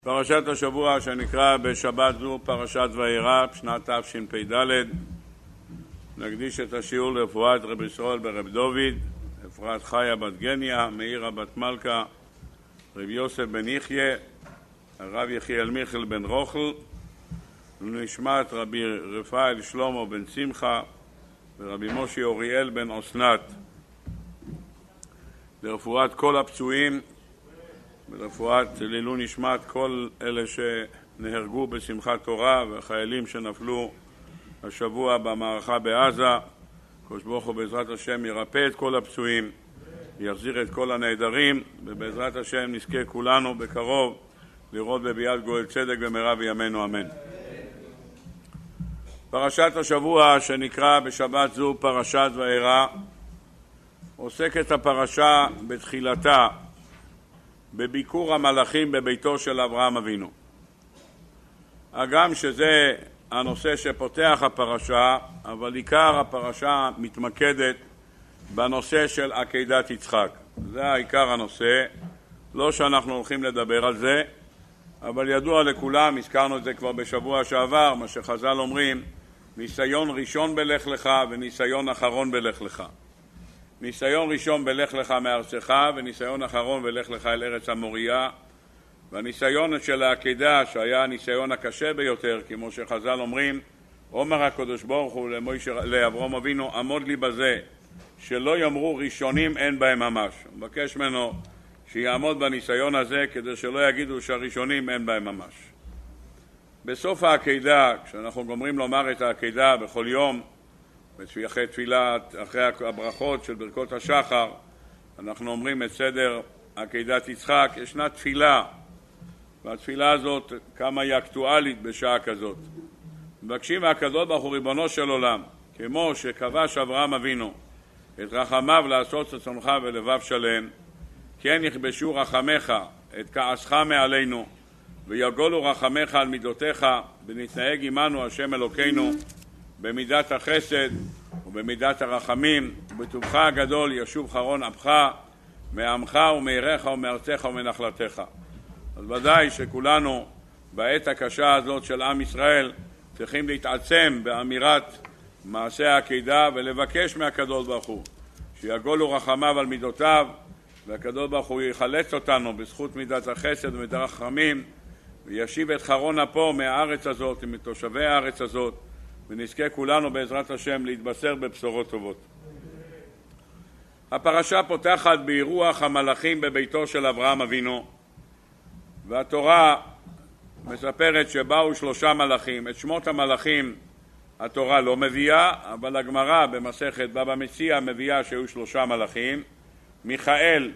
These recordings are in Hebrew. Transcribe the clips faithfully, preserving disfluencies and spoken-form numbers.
פרשת השבוע שנקרא בשבת זו פרשת וירא בשנת תשפ"ד. נקדיש את השיעור לרפואת רבי ישראל ברב דוד, אפרת חיה בת גניה, מאירה בת מלכה, רבי יוסף בן יחיה, הרב יחיאל מיכל בן רוחל, ונשמת רבי רפאל שלמה בן שמחה ורבי משה אוריאל בן אסנת. לרפואת כל הפצועים ולרפואת לעילוי נשמת כל אלה שנהרגו בשמחת תורה והחיילים שנפלו השבוע במערכה בעזה. הקדוש ברוך הוא בעזרת השם ירפא את כל הפצועים, יחזיר את כל הנעדרים, ובעזרת השם נזכה כולנו בקרוב לראות בביאת גואל צדק במהרה בימינו אמן. פרשת השבוע שנקרא בשבת זו פרשת וירא, עוסקת הפרשה בתחילתה בביקור המלאכים בביתו של אברהם אבינו. הגם שזה הנושא שפותח הפרשה, אבל עיקר הפרשה מתמקדת בנושא של עקדת יצחק. זה העיקר הנושא, לא שאנחנו הולכים לדבר על זה, אבל ידוע לכולם, הזכרנו את זה כבר בשבוע שעבר, מה שחז"ל אומרים, ניסיון ראשון בלך לך וניסיון אחרון בלך לך. ניסיון ראשון בלך לך מארצך, וניסיון אחרון בלך לך אל ארץ המוריה. והניסיון של העקדה, שהיה הניסיון הקשה ביותר, כמו שחז"ל אומרים, אומר הקדוש ברוך הוא לאברהם אבינו, עמוד לי בזה, שלא יאמרו ראשונים אין בהם ממש. הוא מבקש ממנו שיעמוד בניסיון הזה, כדי שלא יגידו שהראשונים אין בהם ממש. בסוף העקדה, כשאנחנו גומרים לומר את העקדה בכל יום, אחרי תפילה, אחרי הברכות של ברכות השחר, אנחנו אומרים את סדר עקדת יצחק. ישנה תפילה, והתפילה הזאת כמה היא אקטואלית בשעה כזאת. מבקשים מהקדוש ברוך הוא ריבונו של עולם, כמו שכבש אברהם אבינו את רחמיו לעשות רצונך ולבב שלם, כן יכבשו רחמך את כעסך מעלינו, ויגולו רחמך על מידותיך, ונתנהג עמנו השם אלוקינו במידת החסד ובמידת הרחמים, ובטובך הגדול ישוב חרון אפך מעמך ומעירך ומארצך ומנחלתך. אז ודאי שכולנו בעת הקשה הזאת של עם ישראל צריכים להתעצם באמירת מעשה העקדה ולבקש מהקדוש ברוך הוא שיגולו רחמיו על מידותיו, והקדוש ברוך הוא יחלץ אותנו בזכות מידת החסד ומידת הרחמים, וישיב את חרון אפו מהארץ הזאת ומתושבי הארץ הזאת, ונזכה כולנו בעזרת השם להתבשר בבשורות טובות. הפרשה פותחת באירוח המלאכים בביתו של אברהם אבינו, והתורה מספרת שבאו שלושה מלאכים. את שמות המלאכים התורה לא מביאה, אבל הגמרא במסכת בבא מציעא מביאה שהיו שלושה מלאכים, מיכאל,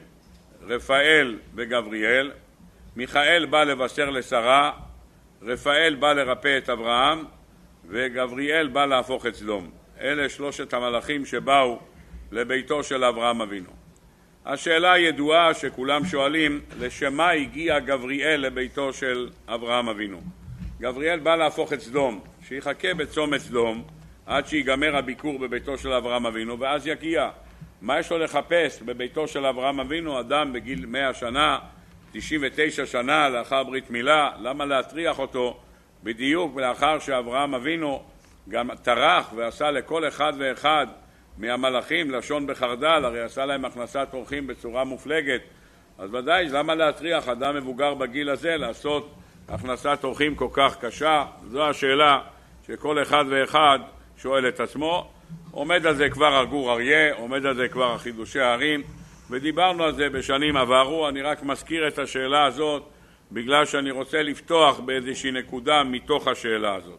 רפאל וגבריאל. מיכאל בא לבשר לשרה, רפאל בא לרפא את אברהם, וגבריאל בא להפוך את סדום. אלה שלושת המלאכים שבאו לביתו של אברהם אבינו. השאלה הידועה שכולם שואלים, לשמה הגיע גבריאל לביתו של אברהם אבינו? גבריאל בא להפוך את סדום, שיחכה בצומת סדום עד שיגמר הביקור בביתו של אברהם אבינו, ואז יגיע. מה יש לו לחפש בביתו של אברהם אבינו? אדם בגיל מאה שנה, תשעים ותשע שנה לאחר ברית מילה, למה להטריח אותו בדיוק לאחר שאברהם אבינו גם טרח ועשה לכל אחד ואחד מהמלאכים לשון בחרדל, הרי עשה להם הכנסת אורחים בצורה מופלגת. אז ודאי, למה להטריח אדם מבוגר בגיל הזה לעשות הכנסת אורחים כל כך קשה? זו השאלה שכל אחד ואחד שואל את עצמו. עומד על זה כבר הגור אריה, עומד על זה כבר החידושי הערים, ודיברנו על זה בשנים עברו. אני רק מזכיר את השאלה הזאת בגלל שאני רוצה לפתוח באיזושהי נקודה מתוך השאלה הזאת.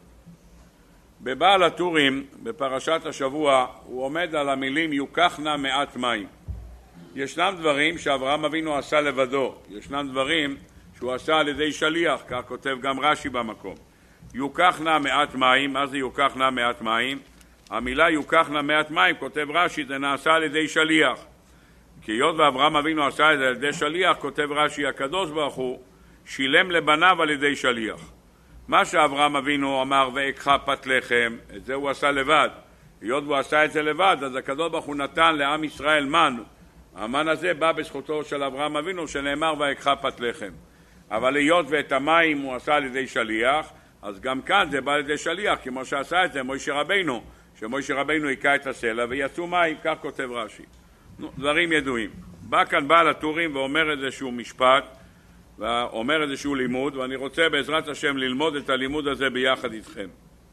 בבעל הטורים, בפרשת השבוע, הוא עומד על המילים יוקחנה מעט מים. ישנם דברים שאברהם אבינו עשה לבדו, ישנם דברים שהוא עשה על ידי שליח, כך כותב גם רש"י במקום. יוקחנה מעט מים, מה זה יוקחנה מעט מים? המילה יוקחנה מעט מים, כותב רש"י, זה נעשה על ידי שליח. כי היות ואברהם אבינו עשה את זה על ידי שליח, כותב רש"י, הקדוש ברוך הוא שילם לבניו על ידי שליח. מה שאברהם אבינו אמר ואקחה פת לחם, את זה הוא עשה לבד. היות והוא עשה את זה לבד, אז הקדוש ברוך הוא נתן לעם ישראל מן. המן הזה בא בזכותו של אברהם אבינו שנאמר ואקחה פת לחם. אבל היות ואת המים הוא עשה על ידי שליח, אז גם כאן זה בא על ידי שליח, כמו שעשה את זה מוישה רבינו, שמוישה רבינו היקע את הסלע ויצאו מים, כך כותב רש"י. דברים ידועים. בא כאן בעל הטורים ואומר איזשהו משפט, ואומר איזשהו לימוד, ואני רוצה בעזרת השם ללמוד את הלימוד הזה ביחד איתכם.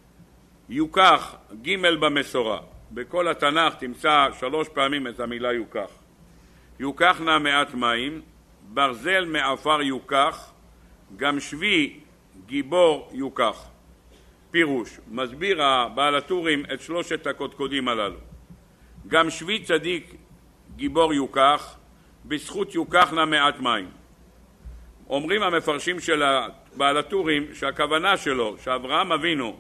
יוקח, ג' במסורה. בכל התנ"ך תמצא שלוש פעמים את המילה יוקח. יוקח נא מעט מים, ברזל מעפר יוקח, גם שבי גיבור יוקח. פירוש, מסביר הבעל הטורים את שלושת הקודקודים הללו. גם שבי צדיק גיבור יוקח, בזכות יוקח נא מעט מים. אומרים המפרשים של הבעל הטורים שהכוונה שלו, שאברהם אבינו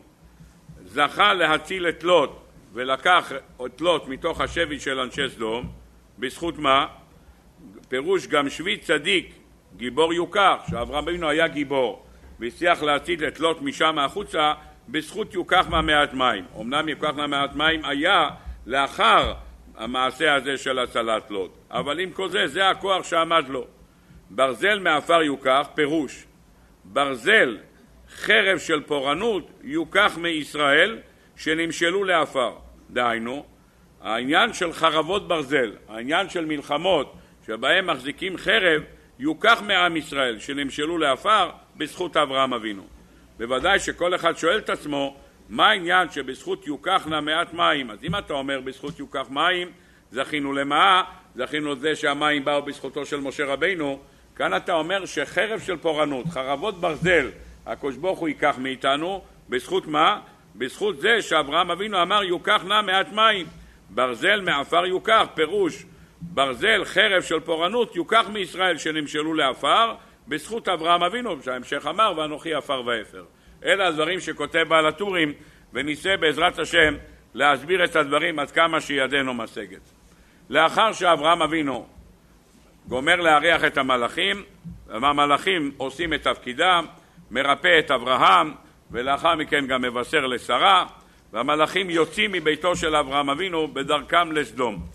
זכה להציל את לוט ולקח את לוט מתוך השבי של אנשי סדום, בזכות מה? פירוש גם שבי צדיק גיבור יוקח, שאברהם אבינו היה גיבור והצליח להציל את לוט משם החוצה, בזכות יוקח מהמעט מים. אמנם יוקח מהמעט מים היה לאחר המעשה הזה של הצלת לוט, אבל עם כל זה, זה הכוח שעמד לו. ברזל מעפר יוקח, פירוש ברזל חרב של פורענות יוקח מישראל שנמשלו לעפר. דהיינו, העניין של חרבות ברזל, העניין של מלחמות שבהם מחזיקים חרב, יוקח מעם ישראל שנמשלו לעפר בזכות אברהם אבינו. בוודאי שכל אחד שואל את עצמו, מה העניין שבזכות יוקחנה מעט מים? אז אם אתה אומר בזכות יוקח מים, זכינו למה? זכינו לזה שהמים באו בזכותו של משה רבינו. כאן אתה אומר שחרב של פורענות, חרבות ברזל, הקדוש ברוך הוא ייקח מאיתנו, בזכות מה? בזכות זה שאברהם אבינו אמר יוקחנה מעט מים. ברזל מעפר יוקח, פירוש ברזל חרב של פורענות יוקח מישראל שנמשלו לעפר, בזכות אברהם אבינו, שההמשך אמר ואנוכי עפר ואפר. אלה הדברים שכותב בעל הטורים, וניסה בעזרת השם להסביר את הדברים עד כמה שידנו משגת. לאחר שאברהם אבינו גומר להריח את המלאכים, והמלאכים עושים את תפקידם, מרפא את אברהם, ולאחר מכן גם מבשר לשרה, והמלאכים יוצאים מביתו של אברהם אבינו בדרכם לסדום.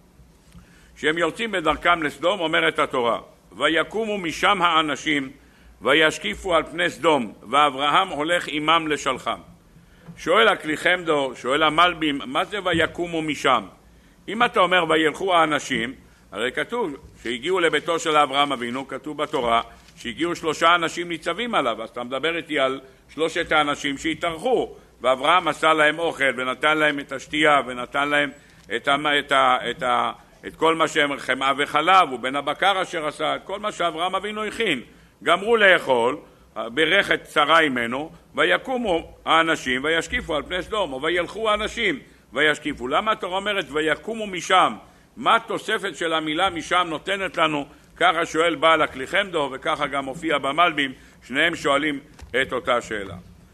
כשהם יוצאים בדרכם לסדום, אומרת התורה, ויקומו משם האנשים וישקיפו על פני סדום, ואברהם הולך עמם לשלחם. שואל הקליחמדו, שואל המלבים, מה זה ויקומו משם? אם אתה אומר וילכו האנשים, הרי כתוב שהגיעו לביתו של אברהם אבינו, כתוב בתורה שהגיעו שלושה אנשים ניצבים עליו, אז אתה מדבר איתי על שלושת האנשים שהתארחו, ואברהם עשה להם אוכל ונתן להם את השתייה ונתן להם את, ה, את, ה, את, ה, את כל מה שהם חמאה וחלב ובן הבקר אשר עשה, את כל מה שאברהם אבינו הכין. גמרו לאכול, ברך את שרה ממנו, ויקומו האנשים וישקיפו על פני סדום, או וילכו האנשים וישקיפו. למה התורה אומרת ויקומו משם? מה התוספת של המילה משם נותנת לנו? ככה שואל בעל הקליחמדו, וככה גם מופיע במלבים, שניהם שואלים את אותה שאלה.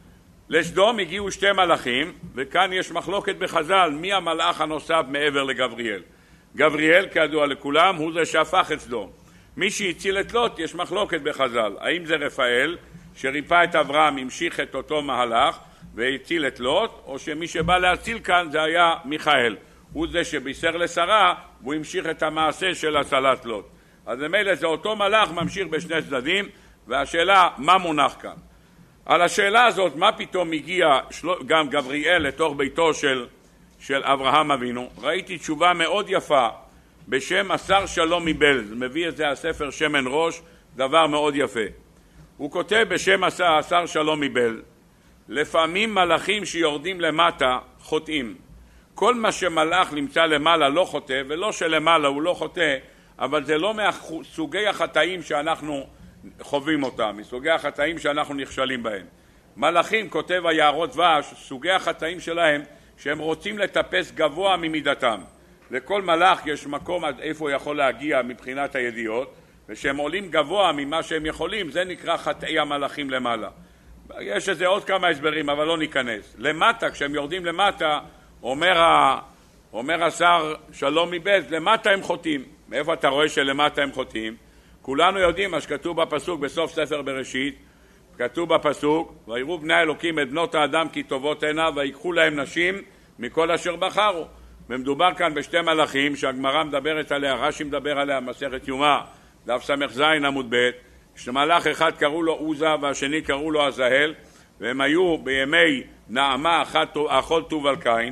לסדום הגיעו שתי מלאכים, וכאן יש מחלוקת בחז"ל, מי המלאך הנוסף מעבר לגבריאל? גבריאל, כידוע לכולם, הוא זה שהפך את סדום. מי שהציל את לוט, יש מחלוקת בחז"ל. האם זה רפאל, שריפא את אברהם, המשיך את אותו מהלך, והציל את לוט, או שמי שבא להציל כאן זה היה מיכאל. הוא זה שבישר לשרה, והוא המשיך את המעשה של הצלת לוט. אז במילא זה אותו מלאך ממשיך בשני צדדים, והשאלה, מה מונח כאן? על השאלה הזאת, מה פתאום הגיע גם גבריאל לתוך ביתו של, של אברהם אבינו? ראיתי תשובה מאוד יפה, בשם השר שלום מבלז, מביא את זה הספר שמן ראש, דבר מאוד יפה. הוא כותב בשם השר שלום מבלז, לפעמים מלאכים שיורדים למטה חוטאים. כל מה שמלאך נמצא למעלה לא חוטא, ולא שלמעלה הוא לא חוטא, אבל זה לא מסוגי החטאים שאנחנו חווים אותם, מסוגי החטאים שאנחנו נכשלים בהם. מלאכים, כותב היערות דבש, סוגי החטאים שלהם, שהם רוצים לטפס גבוה ממידתם. לכל מלאך יש מקום עד איפה הוא יכול להגיע מבחינת הידיעות, ושהם עולים גבוה ממה שהם יכולים, זה נקרא חטאי המלאכים למעלה. יש איזה עוד כמה הסברים, אבל לא ניכנס. למטה, כשהם יורדים למטה, אומר, ה... אומר השר שלום מבלז, למטה הם חוטאים. מאיפה אתה רואה שלמטה הם חוטאים? כולנו יודעים מה שכתוב בפסוק בסוף ספר בראשית, כתוב בפסוק, ויראו בני האלוקים את בנות האדם כי טובות הנה, ויקחו להם נשים מכל אשר בחרו. ומדובר כאן בשתי מלאכים שהגמרא מדברת עליה, רש"י מדבר עליה, מסכת יומא, דף ס"ז עמוד ב', שמלאך אחד קראו לו עוזה והשני קראו לו עזהאל, והם היו בימי נעמה אכול טוב על קין,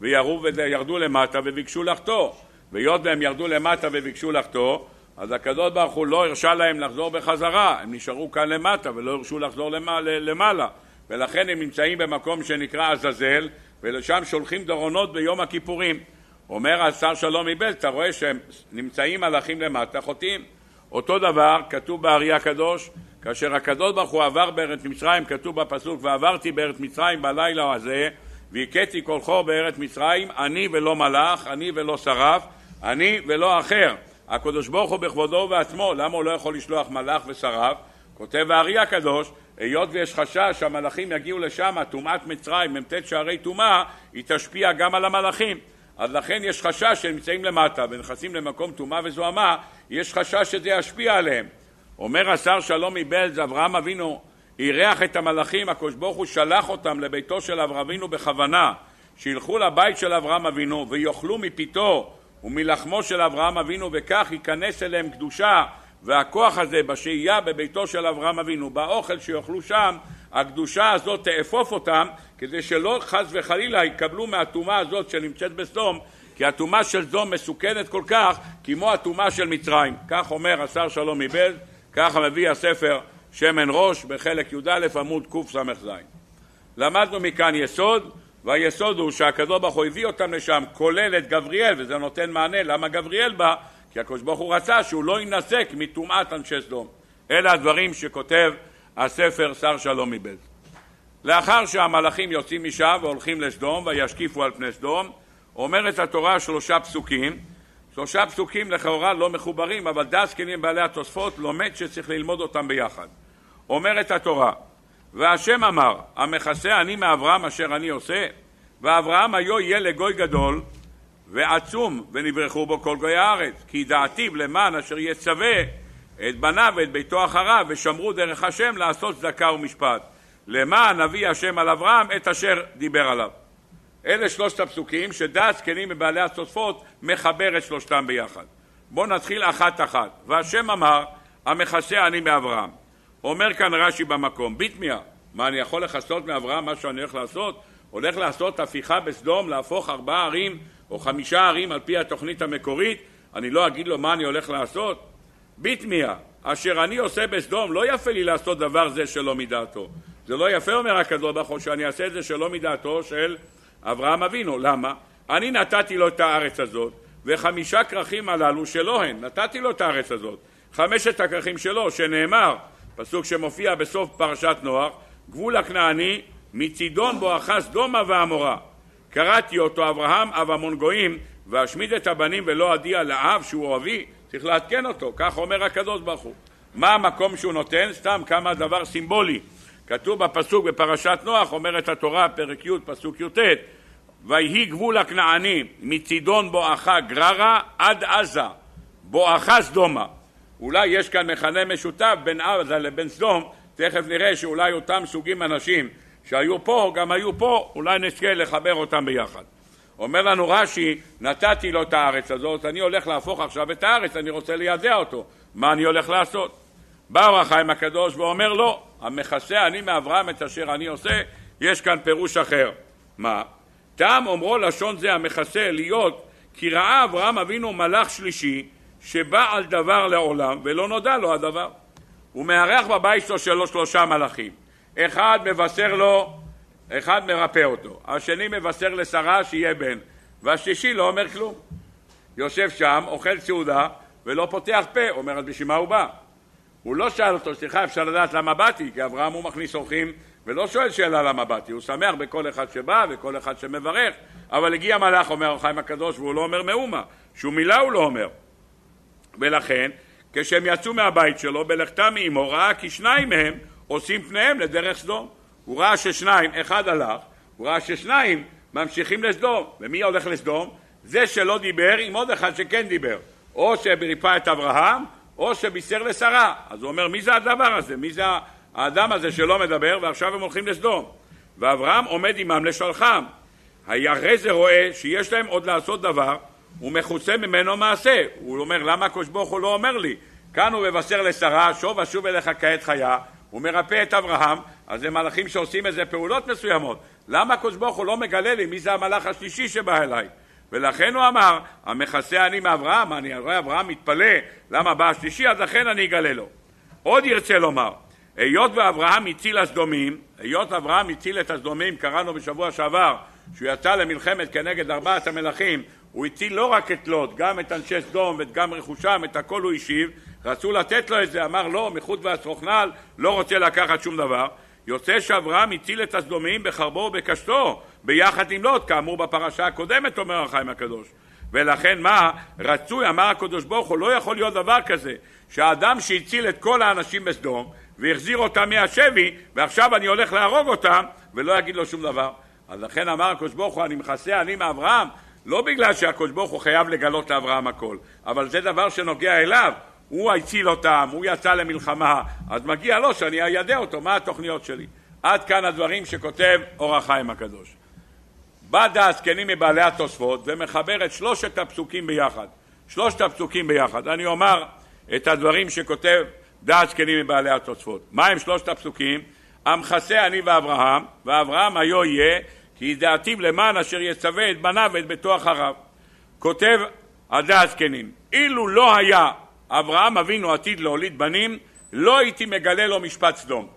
וירדו למטה וביקשו לחטוא. והיות והם ירדו למטה וביקשו לחטוא, אז הקדוש ברוך הוא לא הרשה להם לחזור בחזרה, הם נשארו כאן למטה ולא הרשו לחזור למעלה, ולכן הם נמצאים במקום שנקרא עזאזל, ולשם שולחים דורונות ביום הכיפורים. אומר השר שלום מבעלז, אתה רואה שהם נמצאים מלאכים למטה, חוטאים. אותו דבר כתוב באריה הקדוש, כאשר הקדוש ברוך הוא עבר בארץ מצרים, כתוב בפסוק, ועברתי בארץ מצרים בלילה הזה, והכיתי כל חור בארץ מצרים, אני ולא מלאך, אני ולא שרף, אני ולא אחר. הקדוש ברוך הוא בכבודו ובעצמו, למה הוא לא יכול לשלוח מלאך ושרף? כותב האריה הקדוש, היות ויש חשש שהמלאכים יגיעו לשם, טומאת מצרים, ממתת שערי טומאה, היא תשפיע גם על המלאכים. אז לכן יש חשש שהם נמצאים למטה ונכנסים למקום טומאה וזוהמה, יש חשש שזה ישפיע עליהם. אומר השר שלום מבעלז, אברהם אבינו אירח את המלאכים, הקדוש ברוך הוא שלח אותם לביתו של אברהם אבינו בכוונה, שילכו לבית של אברהם אבינו ויאכלו מפיתו ומלחמו של אברהם אבינו, וכך ייכנס אליהם קדושה, והכוח הזה בשהייה בביתו של אברהם אבינו, באוכל שיאכלו שם, הקדושה הזאת תאפוף אותם, כדי שלא חס וחלילה יקבלו מהטומאה הזאת שנמצאת בסדום, כי הטומאה של סדום מסוכנת כל כך, כמו הטומאה של מצרים. כך אומר השר שלום מבעלז, כך מביא הספר שמן ראש בחלק י"א עמוד קס"ז. למדנו מכאן יסוד, והיסוד הוא שהקדוש ברוך הוא הביא אותם לשם, כולל את גבריאל, וזה נותן מענה למה גבריאל בא, כי הקדוש ברוך הוא רצה שהוא לא ינסק מטומאת אנשי סדום. אלה הדברים שכותב הספר שר שלום מבעלז. לאחר שהמלאכים יוצאים משם והולכים לסדום וישקיפו על פני סדום, אומרת התורה שלושה פסוקים, שלושה פסוקים לכאורה לא מחוברים, אבל דעת זקנים בעלי התוספות לומד שצריך ללמוד אותם ביחד. אומרת התורה, והשם אמר, המכסה אני מאברהם אשר אני עושה, ואברהם היו יהיה לגוי גדול ועצום, ונברחו בו כל גוי הארץ, כי דעתיו למען אשר יצווה את בניו ואת ביתו אחריו, ושמרו דרך השם לעשות צדקה ומשפט, למען נביא השם על אברהם את אשר דיבר עליו. אלה שלושת הפסוקים שדעת זקנים מבעלי התוספות מחבר את שלושתם ביחד. בואו נתחיל אחת אחת. והשם אמר, המכסה אני מאברהם. אומר כאן רש"י במקום, ביטמיה, מה אני יכול לחסות מאברהם מה שאני הולך לעשות? הולך לעשות הפיכה בסדום, להפוך ארבעה ערים או חמישה ערים על פי התוכנית המקורית, אני לא אגיד לו מה אני הולך לעשות? ביטמיה, אשר אני עושה בסדום, לא יפה לי לעשות דבר זה שלא מדעתו. זה לא יפה, אומר הקדוש ברוך הוא, שאני אעשה את זה שלא מדעתו של אברהם אבינו. למה? אני נתתי לו את הארץ הזאת, וחמישה כרכים הללו שלו הן, נתתי לו את הארץ הזאת. חמשת הכרכים שלו, שנאמר, פסוק שמופיע בסוף פרשת נוח, גבול הכנעני, מצידון בואכה סדומה ועמורה. קראתי אותו אברהם, אב המון גויים, והשמיד את הבנים ולא אדיע לאב שהוא אבי, צריך להתקן אותו, כך אומר הקדוש ברוך הוא. מה המקום שהוא נותן? סתם כמה דבר סימבולי. כתוב בפסוק בפרשת נוח, אומרת התורה, פרק י' פסוק י"ט, ויהי גבול הכנעני מצידון בואכה גררה עד עזה, בואכה סדומה. אולי יש כאן מכנה משותף בין עזה לבין סדום, תכף נראה שאולי אותם סוגים אנשים שהיו פה, גם היו פה, אולי נזכה לחבר אותם ביחד. אומר לנו רש"י, נתתי לו את הארץ הזאת, אני הולך להפוך עכשיו את הארץ, אני רוצה לידע אותו. מה אני הולך לעשות? בא אור החיים הקדוש ואומר לו, המכסה אני מאברהם את אשר אני עושה, יש כאן פירוש אחר. מה? טעם אומרו לשון זה המכסה להיות, כי ראה אברהם אבינו מלאך שלישי, שבא על דבר לעולם, ולא נודע לו הדבר. הוא מארח בבית שלו שלושה מלאכים. אחד מבשר לו, אחד מרפא אותו. השני מבשר לשרה שיהיה בן, והשלישי לא אומר כלום. יושב שם, אוכל סעודה, ולא פותח פה. אומר, אז בשביל מה הוא בא? הוא לא שאל אותו, סליחה, אפשר לדעת למה באתי, כי אברהם הוא מכניס אורחים, ולא שואל שאלה למה באתי. הוא שמח בכל אחד שבא, וכל אחד שמברך, אבל הגיע מלאך, אומר אור החיים הקדוש, והוא לא אומר מאומה. שום מילה הוא לא אומר. ולכן, כשהם יצאו מהבית שלו, בלכתם מאמו, ראה כי שניים מהם עושים פניהם לדרך סדום. הוא ראה ששניים, אחד הלך, הוא ראה ששניים ממשיכים לסדום. ומי הולך לסדום? זה שלא דיבר עם עוד אחד שכן דיבר. או שריפא את אברהם, או שבישר לשרה. אז הוא אומר, מי זה הדבר הזה? מי זה האדם הזה שלא מדבר, ועכשיו הם הולכים לסדום? ואברהם עומד עמם לשלחם. הרי זה רואה שיש להם עוד לעשות דבר, הוא מחוצה ממנו מעשה. הוא אומר, למה הקדוש ברוך הוא לא אומר לי? כאן הוא מבשר לשרה, שוב ושוב אליך כעת חיה, הוא מרפא את אברהם, אז זה מלאכים שעושים איזה פעולות מסוימות. למה הקדוש ברוך הוא לא מגלה לי מי זה המלאך השלישי שבא אליי? ולכן הוא אמר, המכסה אני מאברהם, אני רואה אברהם מתפלא, למה בא השלישי, אז לכן אני אגלה לו. עוד ירצה לומר, היות ואברהם הציל הסדומים, היות ואברהם הציל את הסדומים, קראנו בשבוע שעבר, שהוא יצא למלחמת כנגד ארבעת המלאכים, הוא הציל לא רק את לוט, גם את אנשי סדום וגם רכושם, את הכל הוא השיב, רצו לתת לו את זה, אמר לא, מחוץ והסרוכנל, לא רוצה לקחת שום דבר. יוצא שאברהם הציל את הסדומים בחרבו ובקשתו, ביחד עם לוט, כאמור בפרשה הקודמת, אומר החיים הקדוש. ולכן מה? רצוי, אמר הקדוש ברוך הוא, לא יכול להיות דבר כזה, שהאדם שהציל את כל האנשים בסדום, והחזיר אותם מהשבי, ועכשיו אני הולך להרוג אותם, ולא יגיד לו שום דבר. אז לכן אמר הקדוש ברוך הוא, אני מכסה אני מאברהם, לא בגלל שהקדוש ברוך הוא חייב לגלות לאברהם הכל, אבל זה דבר שנוגע אליו, הוא הציל אותם, הוא יצא למלחמה, אז מגיע לו שאני איידע אותו, מה התוכניות שלי. עד כאן הדברים שכותב אור החיים הקדוש. בא דעת זקנים מבעלי התוספות ומחבר את שלושת הפסוקים ביחד. שלושת הפסוקים ביחד. אני אומר את הדברים שכותב דעת זקנים מבעלי התוספות. מה הם שלושת הפסוקים? המכסה אני ואברהם, ואברהם היו יהיה, כי ידעתיו למען אשר יצווה את בניו ואת ביתו אחריו. כותב הדעת זקנים, אילו לא היה אברהם אבינו עתיד להוליד בנים, לא הייתי מגלה לו משפט סדום.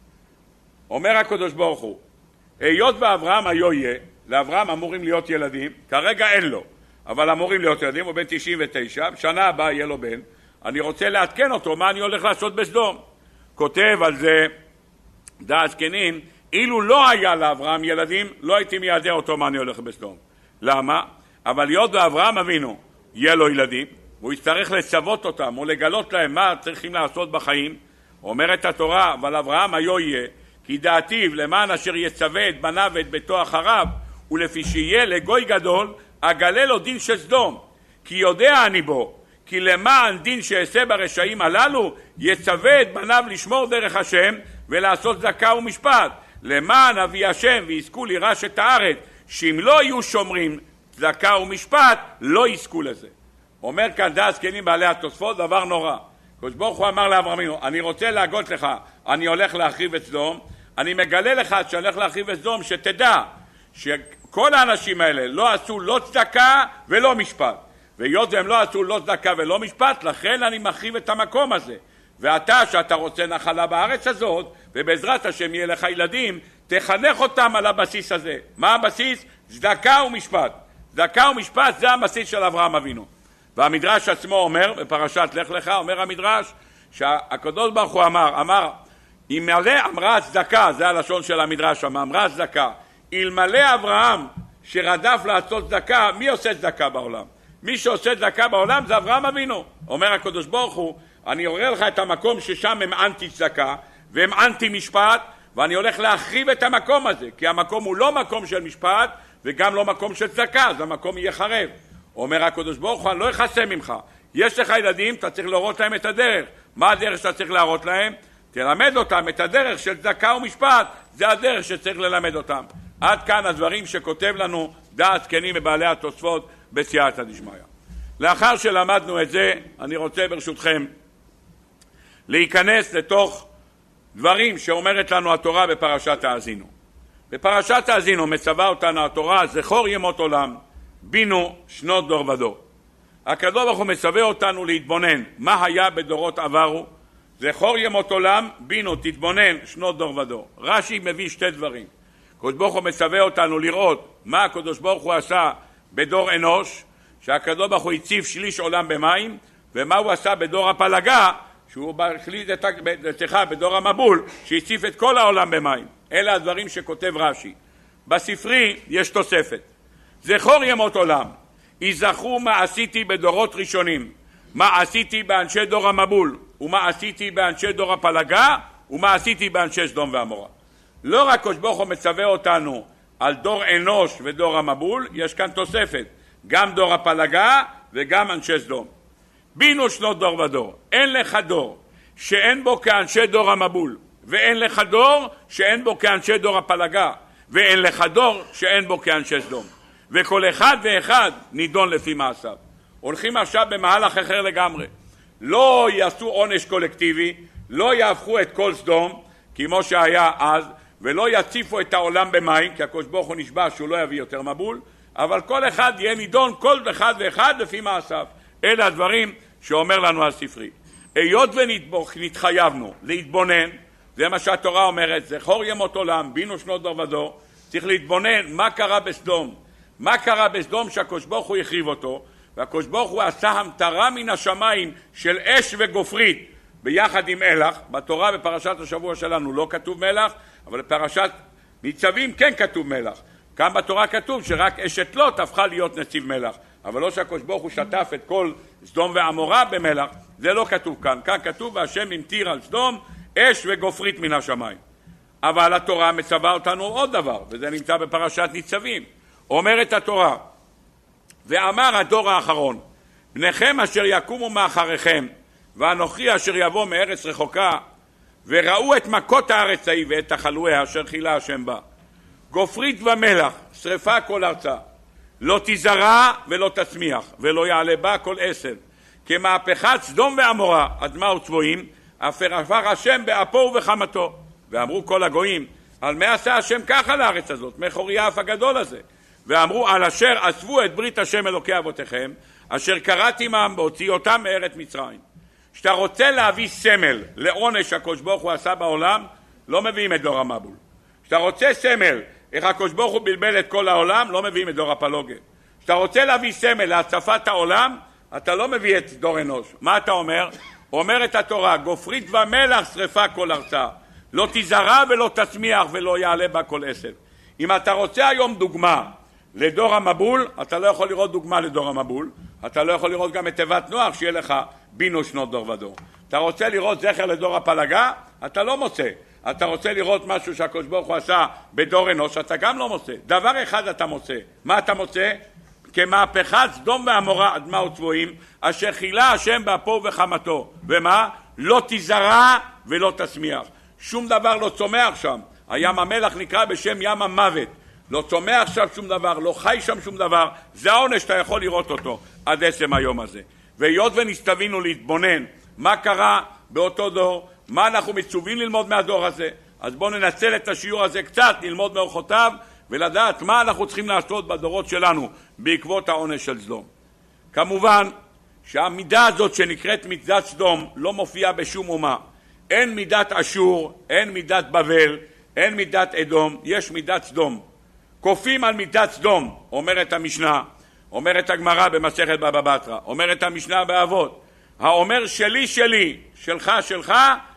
אומר הקדוש ברוך הוא, היות ואברהם היו יהיה, לאברהם אמורים להיות ילדים, כרגע אין לו, אבל אמורים להיות ילדים, הוא בן תשעים ותשע, בשנה הבאה יהיה לו בן, אני רוצה לעדכן אותו מה אני הולך לעשות בסדום. כותב על זה דעת זקנים, אילו לא היה לאברהם ילדים, לא הייתי מיידע אותו מה אני הולך בסדום. למה? אבל היות ואברהם אבינו יהיה לו ילדים, הוא יצטרך לצוות אותם או לגלות להם מה צריכים לעשות בחיים. אומרת התורה, אבל אברהם היו יהיה, כי דעתיו למען אשר יצווה את בניו ואת ביתו אחריו, ולפי שיהיה לגוי גדול, אגלה לו דין של סדום. כי יודע אני בו, כי למען דין שעשה ברשעים הללו, יצווה את בניו לשמור דרך השם, ולעשות צדקה ומשפט. למען אבי השם ויזכו לירש את הארץ, שאם לא יהיו שומרים צדקה ומשפט, לא יזכו לזה. אומר כאן דעת זקנים בעלי התוספות דבר נורא. הקדוש ברוך הוא אמר לאברהם אבינו, אני רוצה להגות לך, אני הולך להחריב את סדום, אני מגלה לך שאני הולך להחריב את סדום, שתדע שכל האנשים האלה לא עשו לא צדקה ולא משפט. והיות והם לא עשו לא צדקה ולא משפט, לכן אני מחריב את המקום הזה. ואתה שאתה רוצה נחלה בארץ הזאת, ובעזרת השם יהיה לך ילדים, תחנך אותם על הבסיס הזה. מה הבסיס? צדקה ומשפט. צדקה ומשפט זה הבסיס של אברהם אבינו. והמדרש עצמו אומר, בפרשת לך לך, אומר המדרש, שהקדוש ברוך הוא אמר, אמר, אלמלא אמרה צדקה, זה הלשון של המדרש, אמרה צדקה, אלמלא אברהם שרדף לעשות צדקה, מי עושה צדקה בעולם? מי שעושה צדקה בעולם זה אברהם אבינו. אומר הקדוש ברוך הוא, אני אראה לך את המקום ששם הם אנטי צדקה, והם אנטי משפט, ואני הולך להחריב את המקום הזה, כי המקום הוא לא מקום של משפט, וגם לא מקום של צדקה, אז המקום יהיה חרב. אומר הקדוש ברוך הוא, אני לא יחסה ממך. יש לך ילדים, אתה צריך להראות להם את הדרך. מה הדרך שאתה צריך להראות להם? תלמד אותם את הדרך של צדקה ומשפט, זה הדרך שצריך ללמד אותם. עד כאן הדברים שכותב לנו דעת זקנים ובעלי התוספות בסייעתא דשמיא. לאחר שלמדנו את זה, אני רוצה ברשותכם להיכנס לתוך דברים שאומרת לנו התורה בפרשת האזינו. בפרשת האזינו מצווה אותנו התורה, זכור ימות עולם, בינו שנות דור ודור. הקדוש ברוך הוא מצווה אותנו להתבונן מה היה בדורות עברו. זכור ימות עולם, בינו, תתבונן שנות דור ודור. רש"י מביא שתי דברים. הקדוש ברוך הוא מצווה אותנו לראות מה הקדוש ברוך הוא עשה בדור אנוש, שהקדוש ברוך הוא הציב שליש עולם במים, ומה הוא עשה בדור הפלגה, שהוא החליט את התכה בדור המבול, שהציף את כל העולם במים. אלה הדברים שכותב רש"י. בספרי יש תוספת. זכור ימות עולם, יזכרו מה עשיתי בדורות ראשונים, מה עשיתי באנשי דור המבול, ומה עשיתי באנשי דור הפלגה, ומה עשיתי באנשי סדום ועמורה. לא רק הקדוש ברוך הוא מצווה אותנו על דור אנוש ודור המבול, יש כאן תוספת, גם דור הפלגה וגם אנשי סדום. בינו שנות דור ודור, אין לך דור שאין בו כאנשי דור המבול, ואין לך דור שאין בו כאנשי דור הפלגה, ואין לך דור שאין בו כאנשי סדום. וכל אחד ואחד נידון לפי מעשיו. הולכים עכשיו במהלך אחר לגמרי. לא יעשו עונש קולקטיבי, לא יהפכו את כל סדום, כמו שהיה אז, ולא יציפו את העולם במים, כי הקדוש ברוך הוא נשבע שהוא לא יביא יותר מבול, אבל כל אחד יהיה נידון, כל אחד ואחד לפי מעשיו. אלה הדברים שאומר לנו הספרי. היות ונתחייבנו להתבונן, זה מה שהתורה אומרת, זכור ימות עולם, בינו שנות דור ודור, צריך להתבונן מה קרה בסדום, מה קרה בסדום שהקדוש ברוך הוא החריב אותו, והקדוש ברוך הוא עשה המטרה מן השמיים של אש וגופרית ביחד עם מלח. בתורה בפרשת השבוע שלנו לא כתוב מלח, אבל בפרשת ניצבים כן כתוב מלח. כאן בתורה כתוב שרק אשת לוט הפכה להיות נציב מלח, אבל לא שהקדוש ברוך הוא שטף את כל סדום ועמורה במלח, זה לא כתוב כאן. כאן כתוב והשם המטיר על סדום אש וגופרית מן השמיים. אבל התורה מצווה אותנו עוד דבר, וזה נמצא בפרשת ניצבים. אומרת התורה, ואמר הדור האחרון, בניכם אשר יקומו מאחריכם, ואנוכי אשר יבוא מארץ רחוקה, וראו את מכות הארץ ההיא ואת תחלואיה אשר חילה השם בה. גופרית ומלח, שרפה כל ארצה, לא תזרע ולא תצמיח, ולא יעלה בה כל עשב. כמהפכת סדום ועמורה, אדמה וצבועים, אשר עבר השם באפו ובחמתו. ואמרו כל הגויים, על מה עשה השם ככה לארץ הזאת, מחורי האף הגדול הזה. ואמרו, על אשר עזבו את ברית השם אלוקי אבותיכם, אשר קראתי עמם בהוציא אותם מארץ מצרים. כשאתה רוצה להביא סמל לעונש שהקדוש ברוך הוא עשה בעולם, לא מביאים את דור המבול. כשאתה רוצה סמל, איך הקדוש ברוך הוא בלבל את כל העולם, לא מביאים את דור הפלוגה. כשאתה רוצה להביא סמל להצפת העולם, אתה לא מביא את דור אנוש. מה אתה אומר? אומרת התורה, גופרית ומלח שרפה כל ארצה, לא תזרע ולא תצמיח ולא יעלה בה כל עשב. אם אתה רוצה היום דוגמה לדור המבול, אתה לא יכול לראות דוגמה לדור המבול, אתה לא יכול לראות גם את תיבת נוח שיהיה לך בינו שנות דור ודור. אתה רוצה לראות זכר לדור הפלגה, אתה לא מוצא. אתה רוצה לראות משהו שהקדוש ברוך הוא עשה בדור אנוש, אתה גם לא מוצא. דבר אחד אתה מוצא. מה אתה מוצא? כמהפכת סדום ועמורה, אדמה וצבועים, אשר חילה השם באפו ובחמתו. ומה? לא תזרע ולא תצמיח. שום דבר לא צומח שם. הים המלח נקרא בשם ים המוות. לא צומח שם שום דבר, לא חי שם שום דבר. זה העונש שאתה יכול לראות אותו עד עצם היום הזה. והיות ונסתווינו להתבונן מה קרה באותו דור, מה אנחנו מצווים ללמוד מהדור הזה, אז בואו ננצל את השיעור הזה קצת, ללמוד מאורחותיו ולדעת מה אנחנו צריכים לעשות בדורות שלנו בעקבות העונש של סדום. כמובן שהמידה הזאת שנקראת מידת סדום לא מופיעה בשום אומה. אין מידת אשור, אין מידת בבל, אין מידת אדום, יש מידת סדום. כופים על מידת סדום, אומרת המשנה, אומרת הגמרא במסכת בבא בתרא, אומרת המשנה באבות, האומר שלי שלי, שלך שלך,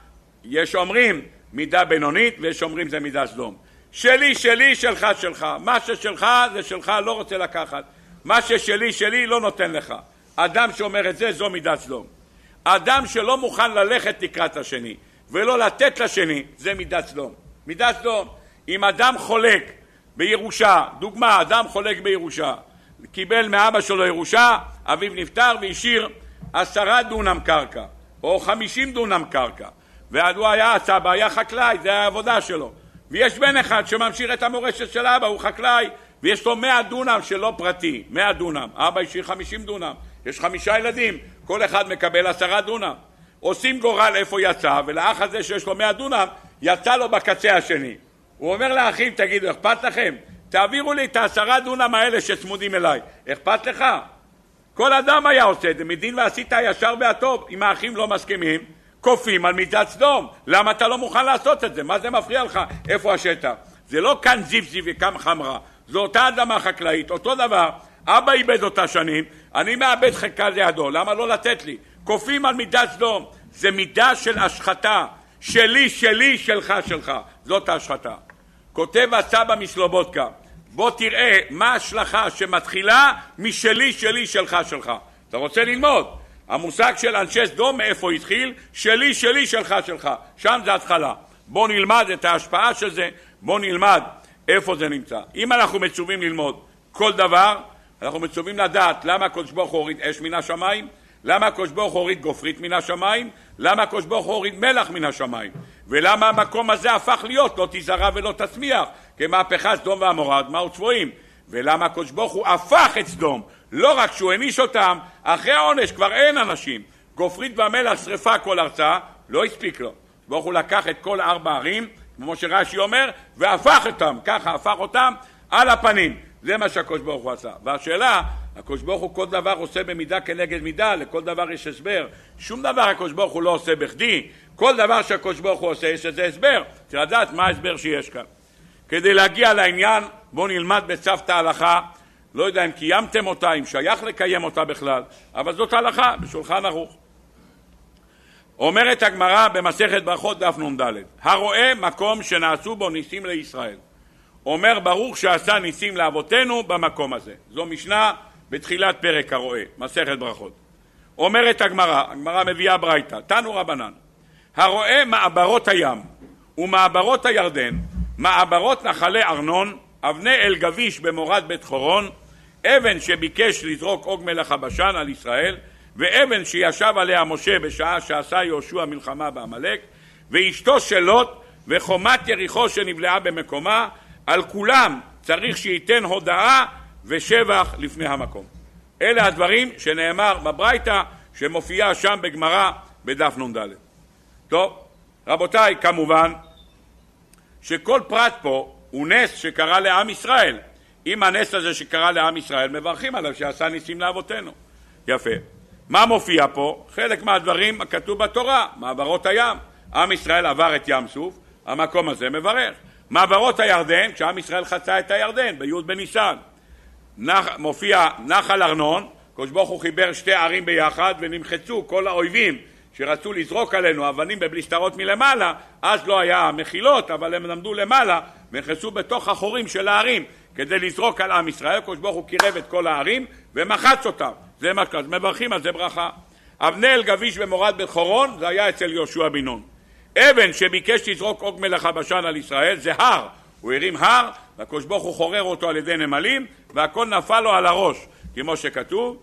יש אומרים מידה בינונית ויש אומרים זה מידה סדום. שלי שלי, שלך שלך, מה ששלך זה שלך, לא רוצה לקחת, מה ששלי שלי לא נותן לך. אדם שאומר את זה, זו מידת סדום. אדם שלא מוכן ללכת לקראת השני ולא לתת לשני, זה מידת סדום. מידת סדום. אם אדם חולק בירושה, דוגמה, אדם חולק בירושה, קיבל מאבא שלו ירושה, אביו נפטר והשאיר עשרה דונם קרקע, או חמישים דונם קרקע, והוא היה הסבא, היה חקלאי, זה העבודה שלו, ויש בן אחד שממשיך את המורשת של אבא, הוא חקלאי, ויש לו מאה דונם שלא פרטי, מאה דונם, אבא השאיר חמישים דונם, יש חמישה ילדים, כל אחד מקבל עשרה דונם, עושים גורל איפה יצא, ולאח הזה שיש לו מאה דונם, יצא לו בקצה השני. הוא אומר לאחים, תגידו, אכפת לכם? תעבירו לי את העשרה דונם האלה שצמודים אליי, אכפת לך? כל אדם היה עושה את זה, מדין ועשית הישר והטוב. אם האחים לא מסכימים, כופים על מידת סדום. למה אתה לא מוכן לעשות את זה? מה זה מפריע לך? איפה השטח? זה לא כאן זיף זיף וכאן חמרה, זו אותה אדמה חקלאית, אותו דבר. אבא איבד אותה שנים, אני מאבד חלקה לידו, למה לא לתת לי? כופים על מידת סדום, זה מידה של השחתה, שלי שלי, שלך שלך, זאת ההשחתה. כותב הסבא מסלובודקה, בוא תראה מה ההשלכה שמתחילה משלי שלי, שלך שלך. אתה רוצה ללמוד? המושג של אנשי סדום מאיפה התחיל? שלי שלי, שלך שלך, שם זה התחלה. בוא נלמד את ההשפעה של זה, בוא נלמד איפה זה נמצא. אם אנחנו מצווים ללמוד כל דבר, אנחנו מצווים לדעת למה הקדוש ברוך הוא הוריד אש מן השמיים, למה הקדוש ברוך הוא הוריד גופרית מן השמיים, למה הקדוש ברוך הוא הוריד מלח מן השמיים, ולמה המקום הזה הפך להיות לא תזרע ולא תצמיח, כמהפכת סדום ועמורה, אדמה וצבועים, ולמה הקדוש ברוך הוא הפך את סדום, לא רק שהוא העניש אותם, אחרי העונש כבר אין אנשים, גופרית והמלח שרפה כל ארצה, לא הספיק לו. ברוך הוא לקח את כל ארבע ערים, כמו שרש"י אומר, והפך אותם, ככה הפך אותם על הפנים. זה מה שהקדוש ברוך הוא עשה. והשאלה, הקדוש ברוך הוא כל דבר עושה במידה כנגד מידה, לכל דבר יש הסבר. שום דבר הקדוש ברוך הוא לא עושה בכדי, כל דבר שהקדוש ברוך הוא עושה יש לזה הסבר. צריך לדעת מה ההסבר שיש כאן. כדי להגיע לעניין, בואו נלמד בצוות ההלכה, לא יודע אם קיימתם אותה, אם שייך לקיים אותה בכלל, אבל זאת הלכה בשולחן ערוך. אומרת הגמרא במסכת ברכות דף נ"ד, הרואה מקום שנעשו בו ניסים לישראל. אומר ברוך שעשה ניסים לאבותינו במקום הזה. זו משנה בתחילת פרק הרואה, מסכת ברכות. אומרת הגמרא, הגמרא מביאה ברייתא, תנו רבנן, הרואה מעברות הים ומעברות הירדן, מעברות נחלי ארנון, אבני אל גביש במורד בית חורון, אבן שביקש לזרוק עוג מלך הבשן על ישראל, ואבן שישב עליה משה בשעה שעשה יהושע מלחמה בעמלק, ואשתו של לוט, וחומת יריחו שנבלעה במקומה, על כולם צריך שייתן הודעה ושבח לפני המקום. אלה הדברים שנאמר בברייתא, שמופיעה שם בגמרא בדף נ"ד. טוב, רבותיי, כמובן שכל פרט פה הוא נס שקרה לעם ישראל. אם הנס הזה שקרה לעם ישראל, מברכים עליו שעשה ניסים לאבותינו. יפה. מה מופיע פה? חלק מהדברים הכתוב בתורה, מעברות הים. עם ישראל עבר את ים סוף, המקום הזה מברך. מעברות הירדן, כשעם ישראל חצה את הירדן, בי' בניסן. נח, מופיע נחל ארנון, הקדוש ברוך הוא חיבר שתי ערים ביחד, ונמחצו כל האויבים שרצו לזרוק עלינו אבנים בבליסטרות מלמעלה, אז לא היה מחילות, אבל הם למדו למעלה, ונכנסו בתוך החורים של הערים, כדי לזרוק על עם ישראל. הקדוש ברוך הוא קירב את כל הערים, ומחץ אותם. זה מה שקרה, מברכים על זה ברכה. אבני אל גביש במורד בית חורון, זה היה אצל יהושע בן נון. אבן שביקש לזרוק עוג מלך הבשן על ישראל, זה הר. הוא הרים הר, והקדוש ברוך הוא חורר אותו על ידי נמלים, והכל נפל לו על הראש, כמו שכתוב.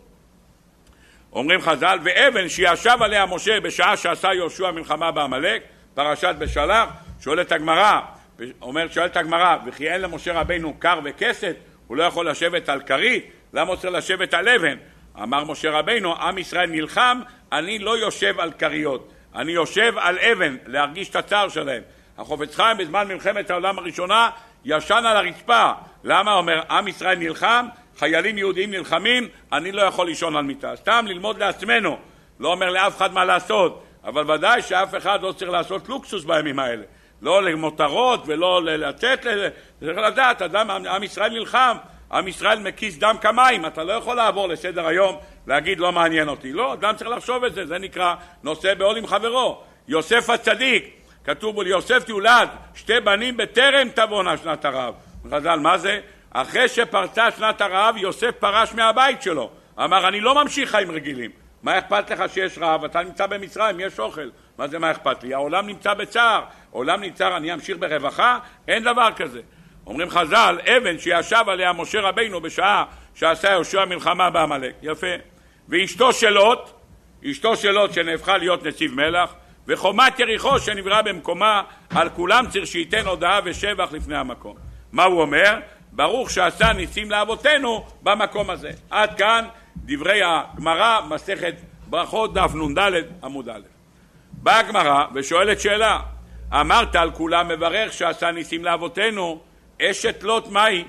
אומרים חז"ל, ואבן שישב עליה משה בשעה שעשה יהושע מלחמה בעמלק, פרשת בשלח, שואלת הגמרא, אומרת שואלת הגמרא, וכי אין למשה רבינו קר וכסת, הוא לא יכול לשבת על כרית, למה הוא צריך לשבת על אבן? אמר משה רבינו, עם ישראל נלחם, אני לא יושב על כריות, אני יושב על אבן, להרגיש את הצער שלהם. החפץ חיים בזמן מלחמת העולם הראשונה ישן על הרצפה. למה? אומר, עם ישראל נלחם, חיילים יהודים נלחמים, אני לא יכול לישון על מיטה. סתם ללמוד לעצמנו, לא אומר לאף אחד מה לעשות, אבל ודאי שאף אחד לא צריך לעשות לוקסוס בימים האלה. לא למותרות ולא לצאת, צריך לדעת, אדם, עם ישראל נלחם, עם ישראל מקיס דם כמים, אתה לא יכול לעבור לסדר היום, להגיד לא מעניין אותי. לא, אדם צריך לחשוב את זה, זה נקרא נושא בעול עם חברו. יוסף הצדיק, כתוב בו, ליוסף תולד שתי בנים בטרם תבואנה שנת הרעב. חז"ל, מה זה? אחרי שפרצה שנת הרעב, יוסף פרש מהבית שלו. אמר, אני לא ממשיך חיים רגילים. מה אכפת לך שיש רעב? אתה נמצא במצרים, יש אוכל. מה זה מה אכפת לי? העולם נמצא בצער. העולם נמצא, אני אמשיך ברווחה? אין דבר כזה. אומרים חז"ל, אבן שישב עליה משה רבינו בשעה שעשה יהושע מלחמה בעמלק. יפה. ואשתו של לוט, אשתו של לוט שנהפכה להיות נציב מלך, וחומת יריחו שנברא במקומה, על כולם צריך שייתן הודעה ושבח לפני המקום. מה הוא אומר? ברוך שעשה ניסים לאבותינו במקום הזה. עד כאן דברי הגמרא, מסכת ברכות דף נ"ד עמוד א'. באה הגמרא ושואלת שאלה, אמרת על כולם מברך שעשה ניסים לאבותינו, אשת לוט מהי?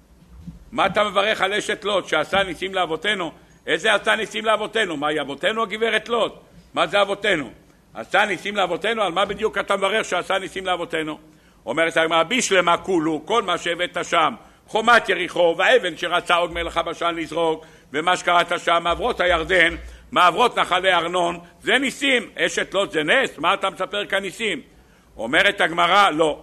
מה אתה מברך על אשת לוט שעשה ניסים לאבותינו? איזה עשה ניסים לאבותינו? מהי אבותינו הגברת לוט? מה זה אבותינו? עשה ניסים לאבותינו, על מה בדיוק אתה מברך שעשה ניסים לאבותינו? אומרת הגמרא, בישלמה כולו, כל מה שהבאת שם, חומת יריחו והאבן שרצה עוג מלך הבשן לזרוק, ומה שקראת שם, מעברות הירדן, מעברות נחלי ארנון, זה ניסים. אשת לוט זה נס? מה אתה מספר כאן ניסים? אומרת הגמרא, לא,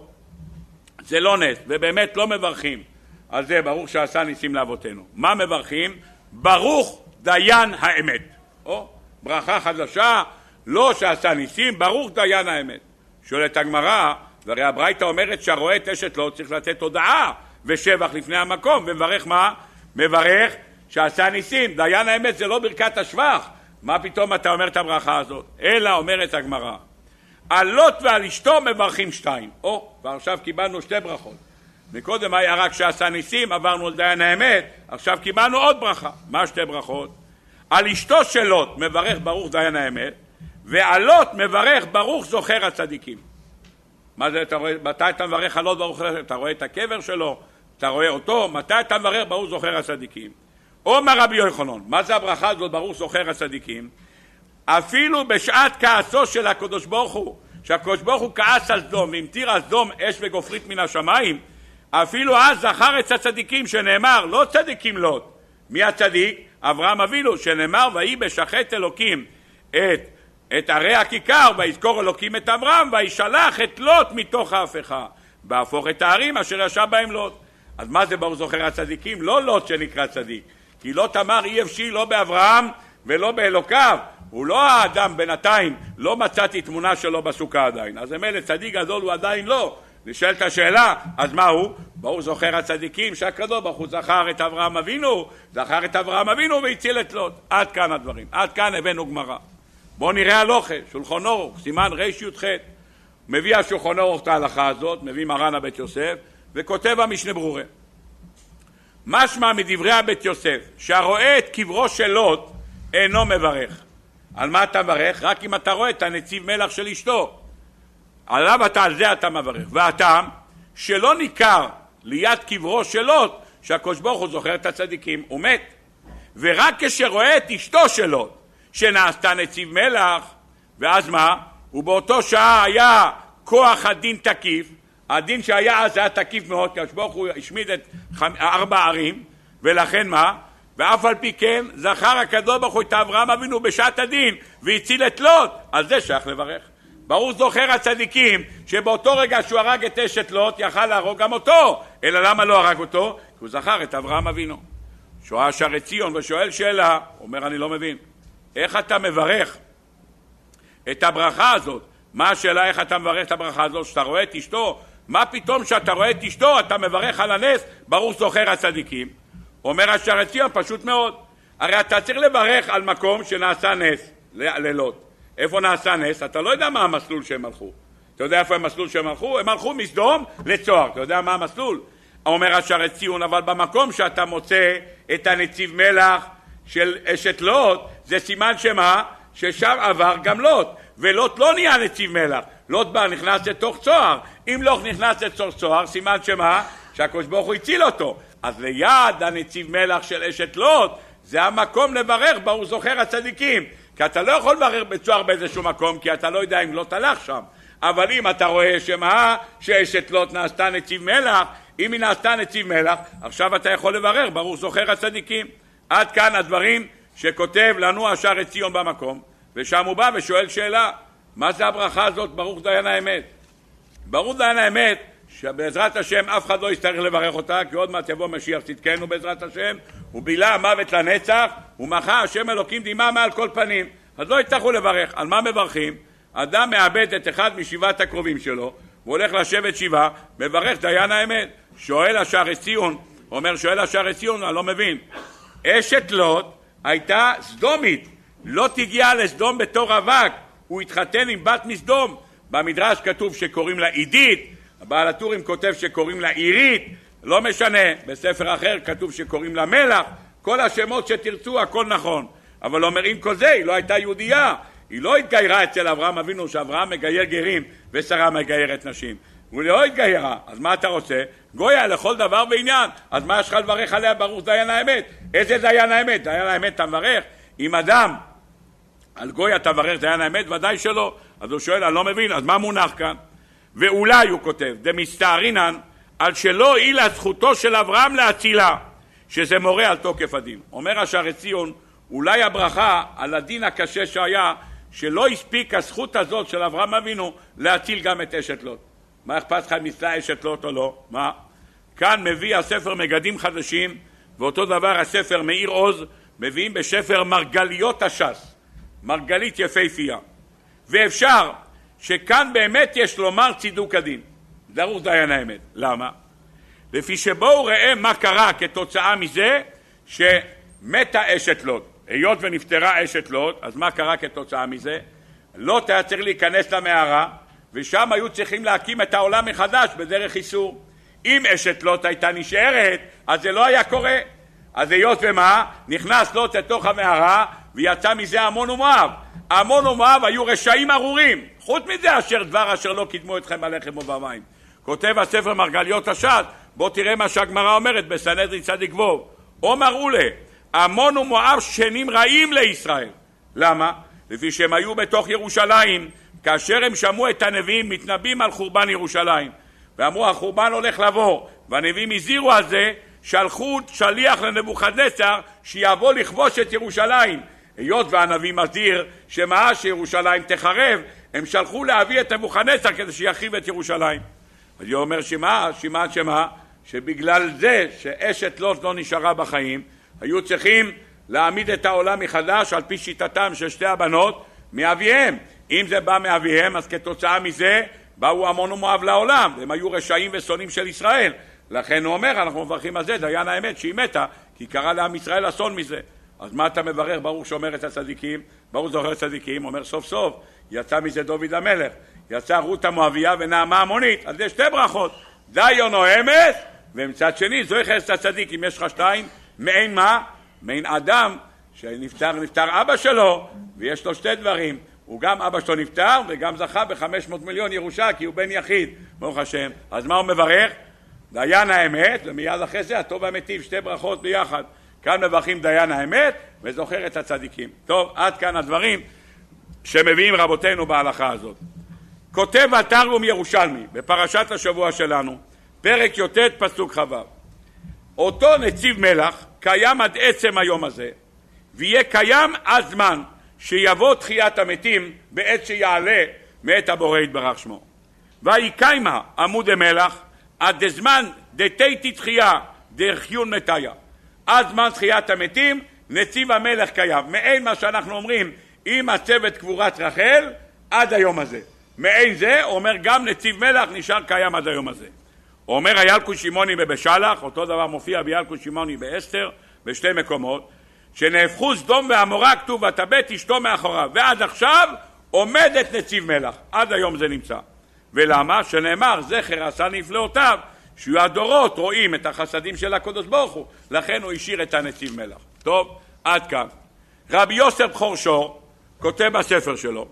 זה לא נס, ובאמת לא מברכים על זה ברוך שעשה ניסים לאבותינו. מה מברכים? ברוך דיין האמת. או, ברכה חדשה, לא שעשה ניסים, ברוך דיין האמת. שואלת הגמרא, והרי הברייתא אומרת שהרואה את אשת לוט צריך לתת הודעה ושבח לפני המקום, ומברך מה? מברך שעשה ניסים. דיין האמת זה לא ברכת השבח. מה פתאום אתה אומר את הברכה הזאת? אלא אומרת הגמרא, על לוט ועל אשתו מברכים שתיים. או, ועכשיו קיבלנו שתי ברכות. מקודם היה רק שעשה ניסים, עברנו על דיין האמת, עכשיו קיבלנו עוד ברכה. מה שתי ברכות? על אשתו של לוט מברך ברוך דיין האמת, ועל לוט מברך ברוך זוכר הצדיקים. מה זה, אתה רואה, מתי אתה מברך על לוט ברוך, אתה רואה את הקבר שלו, אתה רואה אותו, מתי אתה מברך ברוך זוכר הצדיקים? אומר רבי יוחנן, מה זה הברכה הזאת ברוך זוכר הצדיקים? אפילו בשעת כעסו של הקדוש ברוך הוא, שהקדוש ברוך הוא כעס על סדום והמטיר על סדום אש וגופרית מן השמיים, אפילו אז זכר את הצדיקים, שנאמר לא צדיקים לוט. מי הצדיק? אברהם אבינו, שנאמר ויהי בשחט אלוקים את, את ערי הכיכר, ויזכור אלוקים את אברהם, וישלח את לוט מתוך ההפכה בהפוך את הערים אשר ישב בהם לוט. אז מה זה ברוך זוכר הצדיקים? לא לוט שנקרא צדיק, כי לוט אמר אי אפשי לא באברהם ולא באלוקיו, הוא לא האדם. בינתיים לא מצאתי תמונה שלו בסוכה עדיין, אז אמר לצדיק גדול הוא עדיין לא. נשאלת השאלה, אז מה הוא? ברוך זוכר הצדיקים שהקדוש ברוך הוא זכר את אברהם אבינו, זכר את אברהם אבינו והציל את לוט. עד כאן הדברים, עד כאן הבאנו גמרא. בואו נראה הלוכה, שולחן אורוך, סימן רי"ח. מביא השולחן אורוך את ההלכה הזאת, מביא מרן הבית יוסף, וכותב המשנה ברורה. משמע מדברי הבית יוסף, שהרואה את קברו של לוט אינו מברך. על מה אתה מברך? רק אם אתה רואה את הנציב מלח של אשתו. עליו אתה, על זה אתה מברך. והטעם שלא ניכר ליד קברו של לוט שהקדוש ברוך הוא זוכר את הצדיקים, הוא מת. ורק כשרואה את אשתו של לוט שנעשתה נציב מלח, ואז מה? ובאותו שעה היה כוח הדין תקיף, הדין שהיה אז היה תקיף מאוד, כי הקדוש ברוך הוא השמיד את ארבע ערים, ולכן מה? ואף על פי כן זכר הקדוש ברוך הוא את אברהם אבינו בשעת הדין והציל את לוט, על זה שייך לברך. ברור זוכר הצדיקים שבאותו רגע שהוא הרג את אשת לוט יכל להרוג גם אותו, אלא למה לא הרג אותו? כי הוא זכר את אברהם אבינו. שואל שערי ציון ושואל שאלה, אומר אני לא מבין, איך אתה מברך את הברכה הזאת? מה השאלה איך אתה מברך את הברכה הזאת? שאתה רואה את אשתו, מה פתאום שאתה רואה את אשתו אתה מברך על הנס ברור זוכר הצדיקים? אומר השערי ציון פשוט מאוד, הרי אתה צריך לברך על מקום שנעשה נס ללוט. איפה נעשה נס? אתה לא יודע מה המסלול שהם הלכו. אתה יודע איפה המסלול שהם הלכו? הם הלכו מסדום לצוהר. אתה יודע מה המסלול? אומר השערי ציון, אבל במקום שאתה מוצא את הנציב מלח של אשת לוט, זה סימן שמה? ששם עבר גם לוט. ולוט לא נהיה נציב מלח. לוט בר נכנס לתוך צוהר. אם לוט נכנס לתוך צוהר, סימן שמה? שהקדוש ברוך הוא הציל אותו. אז ליד הנציב מלח של אשת לוט, זה המקום לברך ברוך זוכר הצדיקים. כי אתה לא יכול לברך בצוהר באיזשהו מקום, כי אתה לא יודע אם לא תלך שם. אבל אם אתה רואה שמה, שאשת לוט נעשתה נציב מלח, אם היא נעשתה נציב מלח, עכשיו אתה יכול לברך ברוך זוכר הצדיקים. עד כאן הדברים שכותב לנו השערי ציון במקום, ושם הוא בא ושואל שאלה, מה זה הברכה הזאת ברוך דיין האמת? ברוך דיין האמת, שבעזרת השם אף אחד לא יצטרך לברך אותה, כי עוד מעט יבוא משיח צדקנו בעזרת השם, ובילה המוות לנצח, ומחה השם אלוקים דמעה מעל כל פנים. אז לא יצטרכו לברך. על מה מברכים? אדם מאבד את אחד משבעת הקרובים שלו, הוא הולך לשבת שבעה, מברך דיין האמת. שואל השערי ציון, אומר שואל השערי ציון, אני לא מבין. אשת לוט הייתה סדומית, לא תגיע לסדום בתור אבק, הוא התחתן עם בת מסדום. במדרש כתוב שקוראים לה עידית, בעל הטורים כותב שקוראים לה עירית, לא משנה, בספר אחר כתוב שקוראים לה מלח, כל השמות שתרצו הכל נכון, אבל אומר עם כל זה היא לא הייתה יהודייה, היא לא התגיירה אצל אברהם אבינו שאברהם מגייר גרים ושרה מגיירת נשים, הוא לא התגיירה. אז מה אתה רוצה? גויה לכל דבר ועניין, אז מה יש לך לברך עליה ברוך דיין האמת? איזה דיין האמת? דיין האמת אתה מברך? אם אדם על גויה אתה מברך דיין האמת? ודאי שלא. אז הוא שואל אני לא מבין, אז מה מונח כאן? ואולי הוא כותב דמסתערינן על שלא העילה זכותו של אברהם להצילה, שזה מורה על תוקף הדין. אומר השערי ציון, אולי הברכה על הדין הקשה שהיה, שלא הספיק הזכות הזאת של אברהם אבינו להציל גם את אשת לוט. מה אכפת לך אם ניצלה אשת לוט או לא? מה? כאן מביא הספר מגדים חדשים, ואותו דבר הספר מאיר עוז, מביאים בספר מרגליות הש"ס, מרגלית יפהפייה. ואפשר שכאן באמת יש לומר צידוק הדין. דרוש דיין האמת. למה? לפי שבואו ראה מה קרה כתוצאה מזה שמתה אשת לוט. היות ונפטרה אשת לוט, אז מה קרה כתוצאה מזה? לוט היה צריך להיכנס למערה, ושם היו צריכים להקים את העולם מחדש בדרך איסור. אם אשת לוט הייתה נשארת, אז זה לא היה קורה. אז היות ומה? נכנס לוט לתוך המערה ויצא מזה עמון ומואב. עמון ומואב היו רשעים ארורים. חוץ מזה אשר דבר אשר לא קידמו אתכם בלחם ובמים. כותב הספר מרגליות הש"ס, בוא תראה מה שהגמרא אומרת בסנהדרין צדיק ו'. אומר אולה, עמון ומואב שנים רעים לישראל. למה? לפי שהם היו בתוך ירושלים, כאשר הם שמעו את הנביאים מתנבאים על חורבן ירושלים. ואמרו, החורבן הולך לבוא, והנביאים הזהירו על זה, שלחו שליח לנבוכדנצר שיבוא לכבוש את ירושלים. היות והנביא מזהיר שמה שירושלים תחרב, הם שלחו להביא את נבוכדנצר כדי שיחריב את ירושלים. אז הוא אומר שמה, שמה, שמה, שבגלל זה שאשת לוט לא נשארה בחיים, היו צריכים להעמיד את העולם מחדש על פי שיטתם של שתי הבנות מאביהם. אם זה בא מאביהם, אז כתוצאה מזה באו עמון ומואב לעולם, והם היו רשעים ושונאים של ישראל. לכן הוא אומר, אנחנו מברכים על זה, דיין האמת שהיא מתה, כי קרא לעם ישראל אסון מזה. אז מה אתה מברך? ברוך שומר את הצדיקים, ברוך זוכר את הצדיקים. אומר סוף סוף, יצא מזה דוד המלך, יצא רות המואביה ונעמה המונית. אז יש שתי ברכות, דיין או אמס, ומצד שני זוכר את הצדיק. אם יש לך שתיים, מעין מה? מעין אדם שנפטר, נפטר אבא שלו, ויש לו שתי דברים. הוא גם אבא שלו נפטר, וגם זכה ב-חמש מאות מיליון ירושה, כי הוא בן יחיד, ברוך השם. אז מה הוא מברך? דיין האמת, ומיד אחרי זה הטוב והמיטיב, שתי ברכות ביחד. כאן מברכים דיין האמת, וזוכר את הצדיקים. טוב, עד כאן הדברים שמביאים רבותינו בהלכה הזאת. כותב התרגום ירושלמי, בפרשת השבוע שלנו, פרק י"ט פסוק כ"ו. אותו נציב מלח קיים עד עצם היום הזה, ויהיה קיים עד זמן שיבוא תחיית המתים בעת שיעלה מאת הבורא יתברך שמו. והיא קיימה עמוד המלח עד זמן דתיתי תחייה דרחיון מתיה. עד זמן תחיית המתים נציב המלח קיים. מעין מה שאנחנו אומרים עם הצוות קבורת רחל עד היום הזה. מעין זה אומר גם נציב מלח נשאר קיים עד היום הזה. אומר הילקוט שמעוני בבשלח, אותו דבר מופיע בילקוט שמעוני באסתר בשתי מקומות, שנהפכו סדום ועמורה כתוב ותבט אשתו מאחוריו, ועד עכשיו עומדת נציב מלח, עד היום זה נמצא. ולמה? שנאמר זכר עשה נפלאותיו, שיהיו הדורות רואים את החסדים של הקדוש ברוך הוא, לכן הוא השאיר את הנציב מלח. טוב, עד כאן. רבי יוסף בכור שור כותב בספר שלו,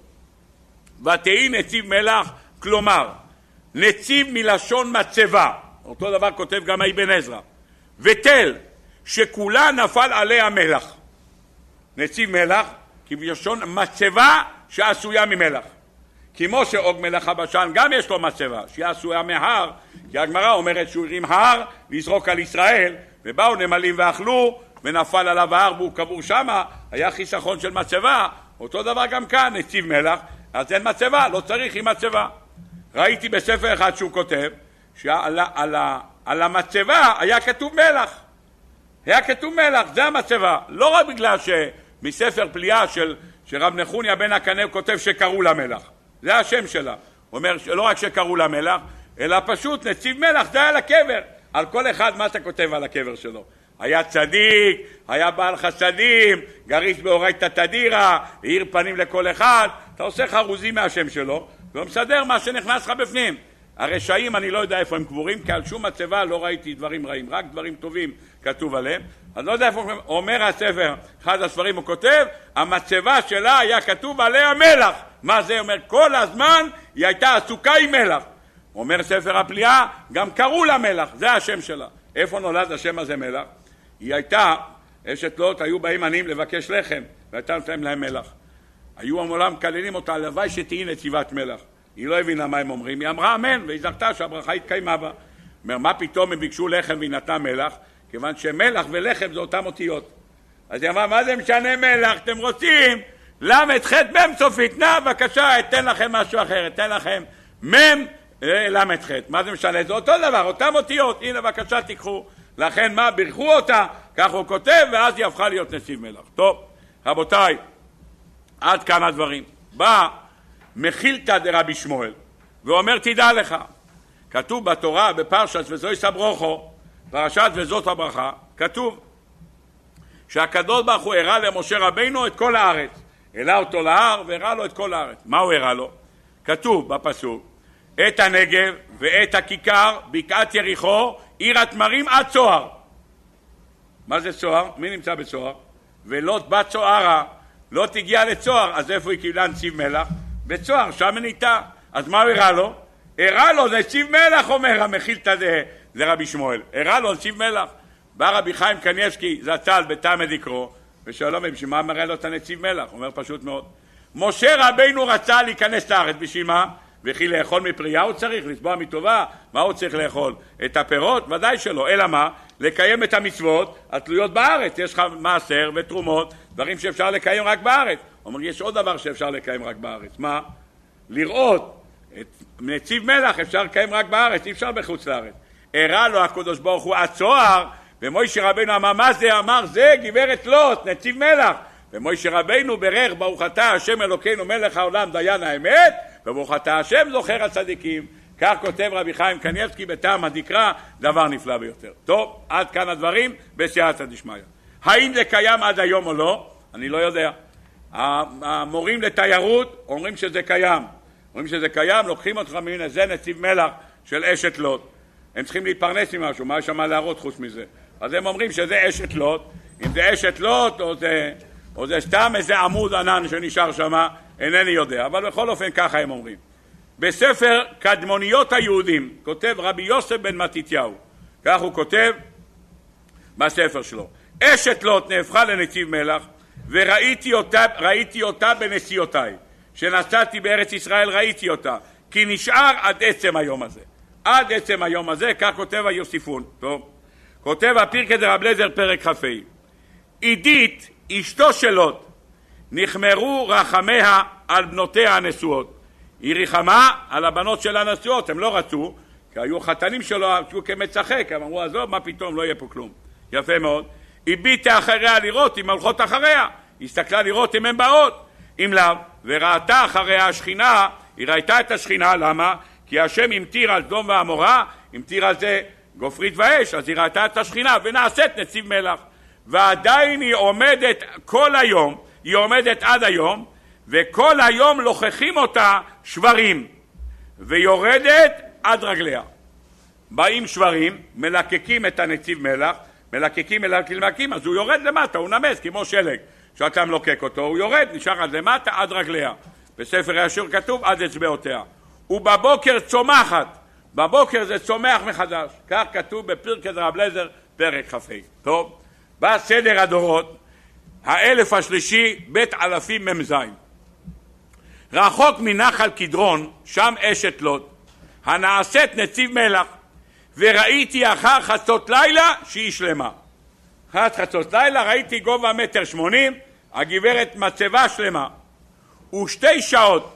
ותהי נציב מלח, כלומר נציב מלשון מצבה, אותו דבר כותב גם אבן עזרא, ותל שכולה נפל עליה מלח. נציב מלח כבלשון מצבה שעשויה ממלח, כמו שאוג מלך הבשן גם יש לו מצבה שהיא עשויה מהר, כי הגמרא אומרת שהוא הרים הר לזרוק על ישראל, ובאו נמלים ואכלו ונפל עליו ההר והוא קבור שמה, היה חיסכון של מצבה. אותו דבר גם כאן, נציב מלח, אז אין מצבה, לא צריך עם מצבה. ראיתי בספר אחד שהוא כותב שעל על, על המצבה היה כתוב מלח, היה כתוב מלח, זה המצבה. לא רק בגלל שמספר פליאה של, של רב נחוניה בן הקנה הוא כותב שקראו לה מלח, זה השם שלה. הוא אומר לא רק שקראו לה מלח, אלא פשוט נציב מלח, זה היה לקבר. על כל אחד מה אתה כותב על הקבר שלו? היה צדיק, היה בעל חסדים, גריס באורייתא תדירה, האיר פנים לכל אחד. אתה עושה חרוזים מהשם שלו ומסדר מה שנכנס לך בפנים. הרשעים אני לא יודע איפה הם קבורים, כי על שום מצבה לא ראיתי דברים רעים, רק דברים טובים כתוב עליהם. אז לא יודע איפה אומר הספר, אחד הספרים הוא כותב, המצבה שלה היה כתוב עליה מלח. מה זה אומר? כל הזמן היא הייתה עסוקה עם מלח. אומר ספר הפליאה, גם קראו לה מלח, זה השם שלה. איפה נולד השם הזה מלח? היא הייתה, אשת לוט, היו באים עניים לבקש לחם, והייתה נותנים להם מלח. היו המולם מקללים אותה, הלוואי שתהי נציבת מלח. היא לא הבינה מה הם אומרים, היא אמרה אמן, והיא זכתה שהברכה התקיימה בה. אומר, מה פתאום הם ביקשו לחם והיא נתנה מלח? כיוון שמלח ולחם זה אותם אותיות. אז היא אמרה, מה זה משנה מלח? אתם רוצים? למד ח' מם סופית, נא בבקשה, אתן לכם משהו אחר, אתן לכם מם למד ח'. מה זה משנה? זה אותו דבר, אותם אותיות, הנה בבקשה תיקחו. לכן מה? בירכו אותה, כך הוא כותב, ואז היא הפכה להיות נציב מלח. טוב, רבותיי, עד כאן הדברים. בא מחילתא דרבי שמואל ואומר, תדע לך, כתוב בתורה בפרשת וזוהי סברוכו, פרשת וזאת הברכה, כתוב שהקדוש ברוך הוא הראה למשה רבינו את כל הארץ, העלה אותו להר והראה לו את כל הארץ. מה הוא הראה לו? כתוב בפסוק, את הנגב ואת הכיכר, בקעת יריחו, עיר התמרים עד צוהר. מה זה צוהר? מי נמצא בצוהר? ולוט בת צוהרה, לוט הגיע לצוהר, אז איפה היא קיבלה נציב מלח? בצוהר, שם ניתה. אז מה הוא הראה לו? הראה לו נציב מלח, אומר המכיל את זה, זה רבי שמואל. הראה לו נציב מלח. בא רבי חיים קניאבסקי, זצ"ל בתלמוד לקרוא, ושואל לו, בשביל מה מראה לו את הנציב מלח? אומר פשוט מאוד. משה רבינו רצה להיכנס לארץ, בשביל מה? וכי לאכול מפריה הוא צריך, לסבוע מטובה, מה הוא צריך לאכול? את הפירות? ודאי שלא, אלא מה? לקיים את המצוות התלויות בארץ, יש לך מעשר ותרומות, דברים שאפשר לקיים רק בארץ. אומר, יש עוד דבר שאפשר לקיים רק בארץ, מה? לראות את נציב מלח אפשר לקיים רק בארץ, אי אפשר בחוץ לארץ. הראה לו הקדוש ברוך הוא הצוהר, ומוישה רבינו אמר, מה זה? אמר, זה גברת לוט, נציב מלח. ומוישה רבינו ברך, ברוך אתה השם אלוקינו מלך העולם דיין האמת, וברוך אתה השם זוכר הצדיקים. כך כותב רבי חיים קניאבסקי בטעם הדקרא, דבר נפלא ביותר. טוב, עד כאן הדברים בסייעתא דשמיא. האם זה קיים עד היום או לא? אני לא יודע. המורים לתיירות אומרים שזה קיים. אומרים שזה קיים, לוקחים אותך מן זה נציב מלח של אשת לוט. הם צריכים להתפרנס ממשהו, מה יש שם להראות חוץ מזה? אז הם אומרים שזה אשת לוט. אם זה אשת לוט או זה, או זה סתם איזה עמוד ענן שנשאר שם, אינני יודע. אבל בכל אופן ככה הם אומרים. בספר קדמוניות היהודים כותב רבי יוסף בן מתתיהו, כך הוא כותב בספר שלו, אשת לוט נהפכה לנציב מלח וראיתי אותה, ראיתי אותה בנסיעותיי, שנסעתי בארץ ישראל ראיתי אותה, כי נשאר עד עצם היום הזה, עד עצם היום הזה, כך כותב היוסיפון. טוב, כותב הפרקי דרב אליעזר פרק כ"ה, עידית אשתו של לוט נחמרו רחמיה על בנותיה הנשואות. היא ריחמה על הבנות של הנשואות, הם לא רצו, כי היו חתנים שלו, היו כמצחק, הם אמרו, עזוב, מה פתאום, לא יהיה פה כלום. יפה מאוד. היא ביטה אחריה לראות אם הולכות אחריה, היא הסתכלה לראות אם הן באות, אם לאו, וראתה אחריה השכינה, היא ראיתה את השכינה, למה? כי השם המטיר על סדום ועמורה, המטיר על זה גופרית ואש, אז היא ראיתה את השכינה ונעשית נציב מלח. ועדיין היא עומדת כל היום, היא עומדת עד היום, וכל היום לוכחים אותה שברים, ויורדת עד רגליה. באים שברים, מלקקים את הנציב מלח, מלקקים מלקקים, אז הוא יורד למטה, הוא נמס כמו שלג. כשאתה מלוקק אותו, הוא יורד, נשאר עד למטה, עד רגליה. בספר הישיר כתוב עד אצבעותיה. ובבוקר צומחת, בבוקר זה צומח מחדש. כך כתוב בפרקי דרב אליעזר פרק כ"ה. טוב, בסדר הדורות, האלף השלישי, בית אלפים ממז. רחוק מנחל קדרון, שם אשת לוט, הנעשית נציב מלח, וראיתי אחר חצות לילה שהיא שלמה. אחר חצות לילה ראיתי גובה מטר שמונים, הגברת מצבה שלמה. ושתי שעות,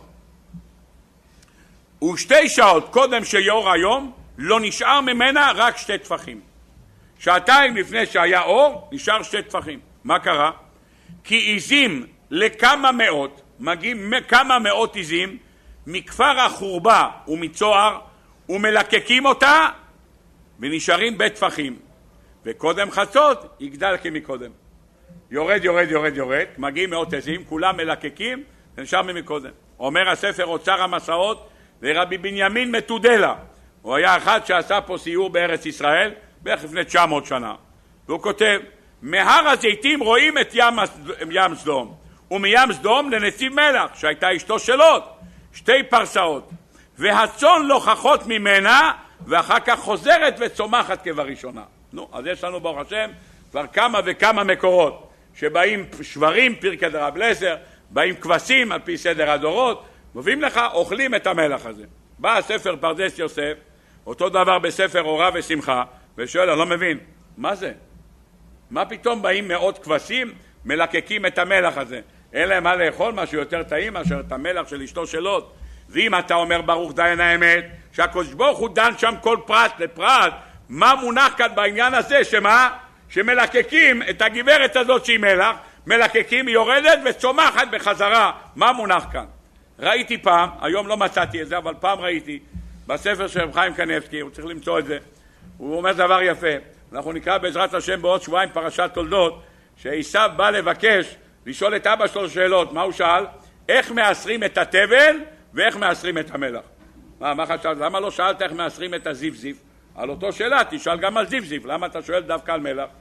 ושתי שעות קודם שיאור היום, לא נשאר ממנה רק שתי טפחים. שעתיים לפני שהיה אור, נשאר שתי טפחים. מה קרה? כי עזים לכמה מאות, מגיעים כמה מאות עזים מכפר החורבה ומצוהר ומלקקים אותה ונשארים בטפחים, וקודם חצות יגדל כמקודם. יורד יורד יורד יורד, מגיעים מאות עזים, כולם מלקקים ונשאר ממקודם. אומר הספר אוצר המסעות לרבי בנימין מתודלה, הוא היה אחד שעשה פה סיור בארץ ישראל בערך לפני תשע מאות שנה, והוא כותב, מהר הזיתים רואים את ים, ים סדום, ומים סדום לנציב מלח, שהייתה אשתו של לוט, שתי פרסאות, והצאן לוכחות ממנה, ואחר כך חוזרת וצומחת כבראשונה. נו, אז יש לנו ברוך השם כבר כמה וכמה מקורות, שבאים שברים, פרקי דרב אליעזר, באים כבשים על פי סדר הדורות, מביאים לך, אוכלים את המלח הזה. בא הספר פרדס יוסף, אותו דבר בספר אורה ושמחה, ושואל, אני לא מבין, מה זה? מה פתאום באים מאות כבשים, מלקקים את המלח הזה? אין להם מה לאכול, משהו יותר טעים מאשר את המלח של אשתו של לוט. ואם אתה אומר ברוך דיין האמת, שהקדוש ברוך הוא דן שם כל פרט לפרט, מה מונח כאן בעניין הזה? שמה? שמלקקים את הגברת הזאת שהיא מלח, מלקקים, היא יורדת וצומחת בחזרה. מה מונח כאן? ראיתי פעם, היום לא מצאתי את זה, אבל פעם ראיתי, בספר של רב חיים קניאבסקי, הוא צריך למצוא את זה, הוא אומר דבר יפה. אנחנו נקרא בעזרת השם בעוד שבועיים פרשת תולדות, שעשיו בא לבקש, לשאול את אבא שלו שאלות. מה הוא שאל? איך מאסרים את התבל ואיך מאסרים את המלח? מה, מה חשבת? למה לא שאלת איך מאסרים את הזיף זיף? על אותו שאלה תשאל גם על זיף זיף. למה אתה שואל דווקא על מלח?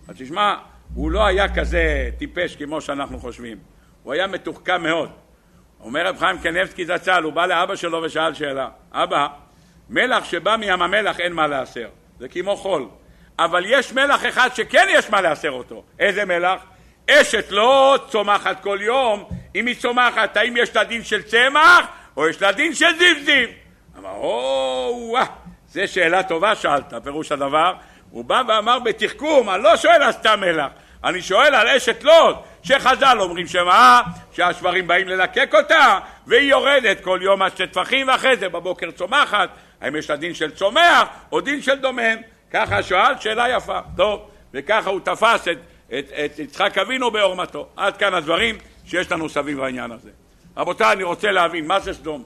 אז תשמע, הוא לא היה כזה טיפש כמו שאנחנו חושבים. הוא היה מתוחכם מאוד. אומר רב חיים קניבסקי זצ"ל, הוא בא לאבא שלו ושאל שאלה. אבא, מלח שבא מים המלח אין מה לאסר. זה כמו חול. אבל יש מלח אחד שכן יש מה לאסר אותו. איזה מלח? אשת לא צומחת כל יום. אם היא צומחת, האם יש לה דין של צמח או יש לה דין של זיב-זיב? אמר, או, וואה, זה שאלה טובה שאלת, פירוש הדבר. הוא בא ואמר בתחכום, אני לא שואל על סתם מלח, אני שואל על אשת לוד, שחז"ל אומרים שמה, שהשברים באים ללקק אותה, והיא יורדת כל יום עד שתי טפחים, ואחרי זה בבוקר צומחת, האם יש לה דין של צומח או דין של דומם? ככה שואל, שאלה יפה. טוב, וככה הוא תפס את, את, את יצחק אבינו בעורמתו. עד כאן הדברים שיש לנו סביב העניין הזה. רבותיי, אני רוצה להבין, מה זה סדום?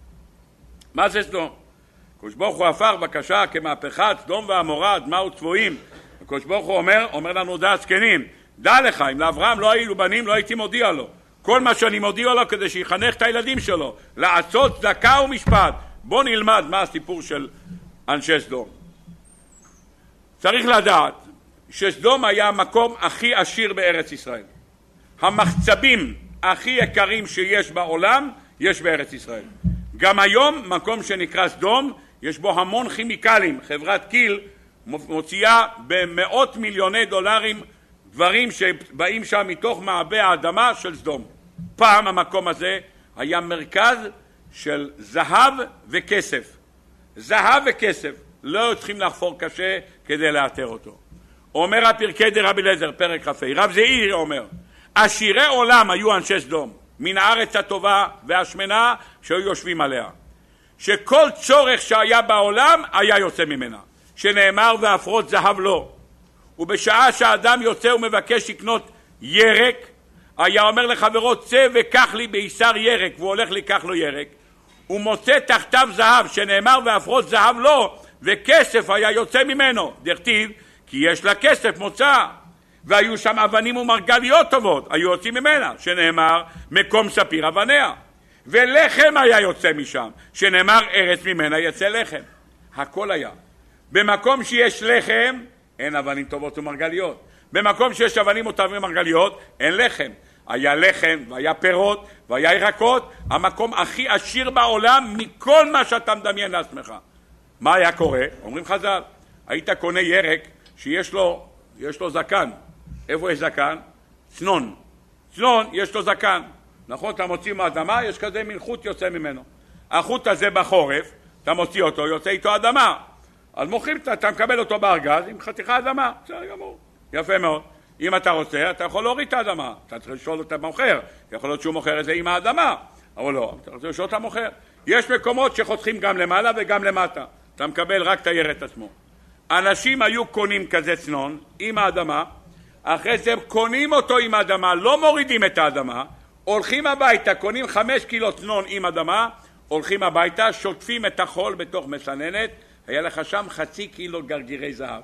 מה זה סדום? הקדוש ברוך הוא הפך בקשה כמהפכת סדום ועמורה, דמה וצבועים. הקדוש ברוך הוא אומר, אומר לנו דה הזקנים, דע לך, אם לאברהם לא היו בנים, לא הייתי מודיע לו. כל מה שאני מודיע לו כדי שיחנך את הילדים שלו, לעשות צדקה ומשפט. בוא נלמד מה הסיפור של אנשי סדום. צריך לדעת שסדום היה המקום הכי עשיר בארץ ישראל. המחצבים הכי יקרים שיש בעולם, יש בארץ ישראל. גם היום, מקום שנקרא סדום, יש בו המון כימיקלים. חברת קיל מוציאה במאות מיליוני דולרים דברים שבאים שם מתוך מעבה האדמה של סדום. פעם המקום הזה היה מרכז של זהב וכסף. זהב וכסף. לא צריכים לחפור קשה כדי לאתר אותו. אומר הפרקי דרבי אליעזר, פרק כ"ה, רב זעיר אומר, עשירי עולם היו אנשי סדום, מן הארץ הטובה והשמנה שהיו יושבים עליה. שכל צורך שהיה בעולם היה יוצא ממנה. שנאמר והפרות זהב לא. ובשעה שהאדם יוצא ומבקש לקנות ירק, היה אומר לחברו, צא וקח לי בישר ירק, והוא הולך לקח לו ירק. הוא מוצא תחתיו זהב, שנאמר והפרות זהב לא, וכסף היה יוצא ממנו. דכתיב, כי יש לה כסף מוצא. והיו שם אבנים ומרגליות טובות, היו יוצאים ממנה, שנאמר מקום ספיר אבניה. ולחם היה יוצא משם, שנאמר ארץ ממנה יצא לחם. הכל היה. במקום שיש לחם, אין אבנים טובות ומרגליות. במקום שיש אבנים טובות ומרגליות, אין לחם. היה לחם, והיה פירות, והיה ירקות, המקום הכי עשיר בעולם מכל מה שאתה מדמיין לעצמך. מה היה קורה? אומרים חז"ל, היית קונה ירק שיש לו, יש לו זקן. איפה יש זקן? צנון. צנון יש לו זקן. נכון, אתה מוציא מהאדמה, יש כזה מין חוט יוצא ממנו. החוט הזה בחורף, אתה מוציא אותו, יוצא איתו אדמה. אז מוכרים, אתה, אתה מקבל אותו בארגז עם חתיכה אדמה. בסדר גמור. יפה מאוד. אם אתה רוצה, אתה יכול להוריד את האדמה. אתה צריך לשאול את המוכר. יכול להיות שהוא מוכר את זה עם האדמה. אבל לא, אתה צריך לשאול את המוכר. יש מקומות שחותכים גם למעלה וגם למטה. אתה מקבל רק את הירק עצמו. אנשים היו קונים כזה צנון עם האדמה, אחרי זה קונים אותו עם האדמה, לא מורידים את האדמה, הולכים הביתה, קונים חמש קילו צנון עם אדמה, הולכים הביתה, שוטפים את החול בתוך מסננת, היה לך שם חצי קילו גרגירי זהב.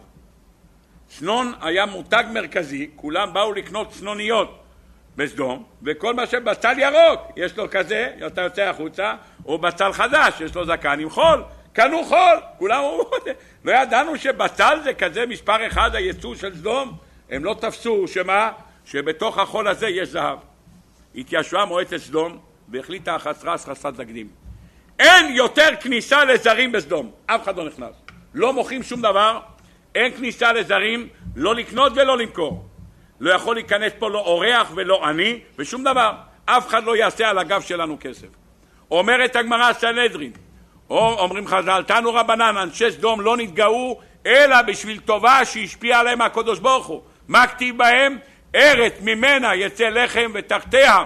צנון היה מותג מרכזי, כולם באו לקנות צנוניות בסדום, וכל מה שבצל ירוק, יש לו כזה, אתה יוצא החוצה, או בצל חדש, יש לו זקן עם חול, קנו חול, כולם אומרים, לא ידענו שבצל זה כזה מספר אחד הייצוא של סדום, הם לא תפסו שמה, שבתוך החול הזה יש זהב. התיישבה מועצת סדום והחליטה החסרס חסרת תקדים. אין יותר כניסה לזרים בסדום, אף אחד לא נכנס. לא מוכרים שום דבר, אין כניסה לזרים, לא לקנות ולא למכור. לא יכול להיכנס פה לא אורח ולא אני, ושום דבר. אף אחד לא יעשה על הגב שלנו כסף. אומרת הגמרא סנהדרין, או אומרים חז"ל, תנו רבנן, אנשי סדום לא נתגאו, אלא בשביל טובה שהשפיע עליהם הקדוש ברוך הוא. מה כתיב בהם? ארץ ממנה יצא לחם ותחתיה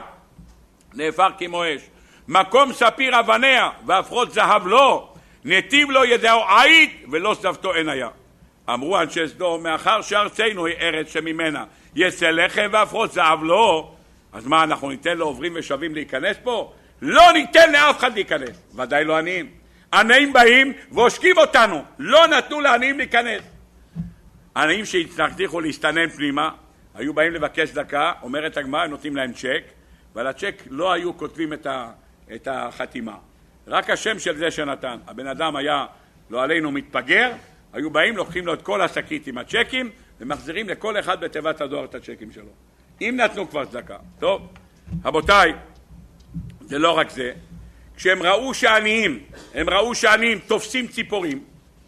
נהפך כמו אש. מקום ספיר אבניה והפרות זהב לא, נתיב לו ידעו עית ולא שדבתו אין היה. אמרו אנשי סדום, מאחר שארצנו היא ארץ שממנה יצא לחם והפרות זהב לא, אז מה, אנחנו ניתן לעוברים ושווים להיכנס פה? לא ניתן לאף אחד להיכנס, ודאי לא עניים. עניים באים ועושקים אותנו, לא נתנו לעניים להיכנס. עניים שהצליחו להסתנן פנימה, היו באים לבקש דקה, אומרת הגמרא, נותנים להם צ'ק, ועל הצ'ק לא היו כותבים את, ה, את החתימה. רק השם של זה שנתן. הבן אדם היה, לא עלינו, מתפגר, היו באים, לוקחים לו את כל השקית עם הצ'קים, ומחזירים לכל אחד בתיבת הדואר את הצ'קים שלו. אם נתנו כבר צדקה. טוב, רבותיי, זה לא רק זה. כשהם ראו שעניים, הם ראו שעניים תופסים ציפורים,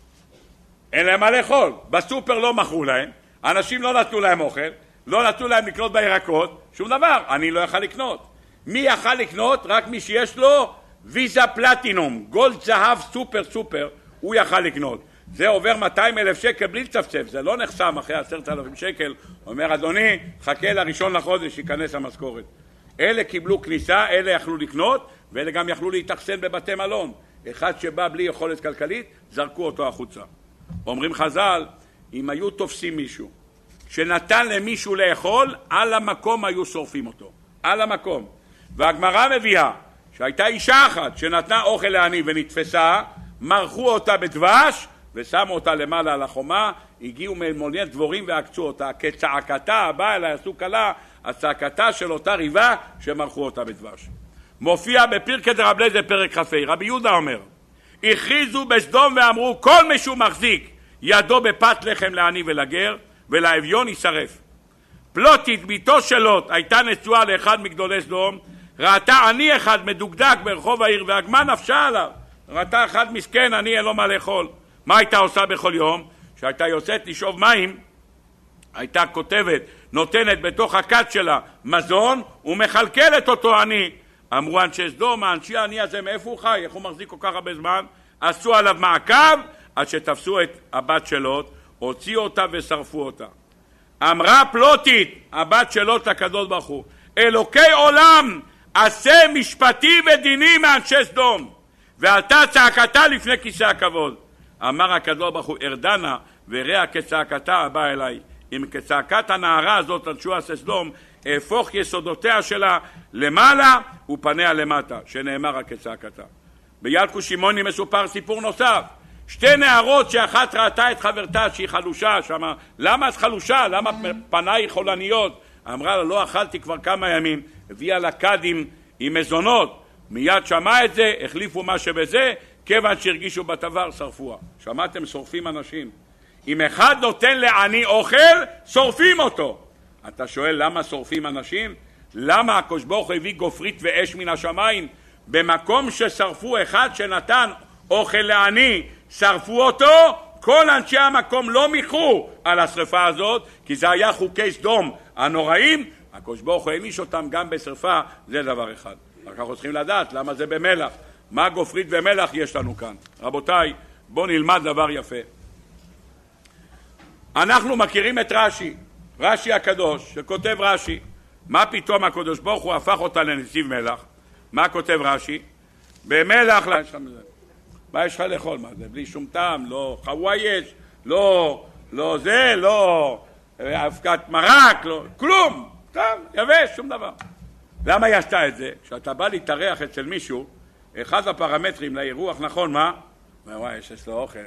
אין להם מה לאכול, בסופר לא מכרו להם, אנשים לא נתנו להם אוכל, לא נתנו להם לקנות בירקות, שום דבר, אני לא יכל לקנות. מי יכל לקנות? רק מי שיש לו ויזה פלטינום, גולד זהב סופר סופר, הוא יכל לקנות. זה עובר מאתיים אלף שקל בלי לצפצף, זה לא נחסם אחרי עשרת אלפים שקל, אומר אדוני, חכה לראשון לחודש, ייכנס המשכורת. אלה קיבלו כניסה, אלה יכלו לקנות, ואלה גם יכלו להתאכסן בבתי מלון. אחד שבא בלי יכולת כלכלית, זרקו אותו החוצה. אומרים חז"ל, אם היו תופסים מישהו, שנתן למישהו לאכול, על המקום היו שורפים אותו. על המקום. והגמרא מביאה, שהייתה אישה אחת שנתנה אוכל לעני ונתפסה, מרחו אותה בדבש, ושמו אותה למעלה על החומה, הגיעו מאלמוני דבורים ועקצו אותה, כצעקתה הבאה אלא יעשו קלה, הצעקתה של אותה ריבה שמרחו אותה בדבש. מופיע בפרקי דרב אליעזר פרק כ"ה, רבי יהודה אומר, הכריזו בסדום ואמרו, כל מי שהוא מחזיק ידו בפת לחם לעני ולגר, ולאביון יישרף. פלוטית, ביתו של לוט, הייתה נשואה לאחד מגדולי סדום, ראתה עני אחד מדוקדק ברחוב העיר, והגמה נפשה עליו. ראתה אחד מסכן, עני אין לו מה לאכול. מה הייתה עושה בכל יום? שהייתה יוצאת לשאוב מים, הייתה כותבת, נותנת בתוך הכת שלה מזון, ומחלקלת אותו עני. אמרו אנשי סדום, האנשי העני הזה מאיפה הוא חי? איך הוא מחזיק כל כך הרבה זמן? עשו עליו מעקב, עד שתפסו את הבת של לוט, הוציאו אותה ושרפו אותה. אמרה פלוטית, הבת של לוט לקדוש ברוך הוא, אלוקי עולם, עשה משפטי ודיני מאנשי סדום, ועלתה צעקתה לפני כיסא הכבוד. אמר הקדוש ברוך הוא, ארדנה וראה כצעקתה הבא אליי. אם כצעקת הנערה הזאת אנשי סדום, הפוך יסודותיה שלה למעלה ופניה למטה, שנאמר רק כצעקתה. בילקוט שמעוני מסופר סיפור נוסף. שתי נערות שאחת ראתה את חברתה שהיא חלושה, שמה, למה את חלושה? למה פניי חולניות? אמרה לה, לא אכלתי כבר כמה ימים, הביאה לה קדים עם מזונות, מיד שמע את זה, החליפו מה שבזה, כיוון שהרגישו בתבר, שרפוה. שמעתם, שורפים אנשים. אם אחד נותן לעני אוכל, שורפים אותו. אתה שואל למה שורפים אנשים? למה הקדוש ברוך הוא הביא גופרית ואש מן השמיים? במקום ששרפו אחד שנתן אוכל לעני, שרפו אותו, כל אנשי המקום לא מיחו על השרפה הזאת, כי זה היה חוקי סדום הנוראים, הקדוש ברוך הוא העניש אותם גם בשרפה, זה דבר אחד. רק אנחנו צריכים לדעת למה זה במלח. מה גופרית ומלח יש לנו כאן? רבותיי, בואו נלמד דבר יפה. אנחנו מכירים את רש"י, רש"י הקדוש, שכותב רש"י, מה פתאום הקדוש ברוך הוא הפך אותה לנציב מלח? מה כותב רש"י? במלח, מה יש לך לאכול? מה זה? בלי שום טעם, לא חווה יש, לא, לא זה, לא אבקת מרק, לא, כלום, טוב, יבש, שום דבר. למה היא עשתה את זה? כשאתה בא להתארח אצל מישהו, אחד הפרמטרים לאירוח, נכון, מה? וואי, יש לו אוכל,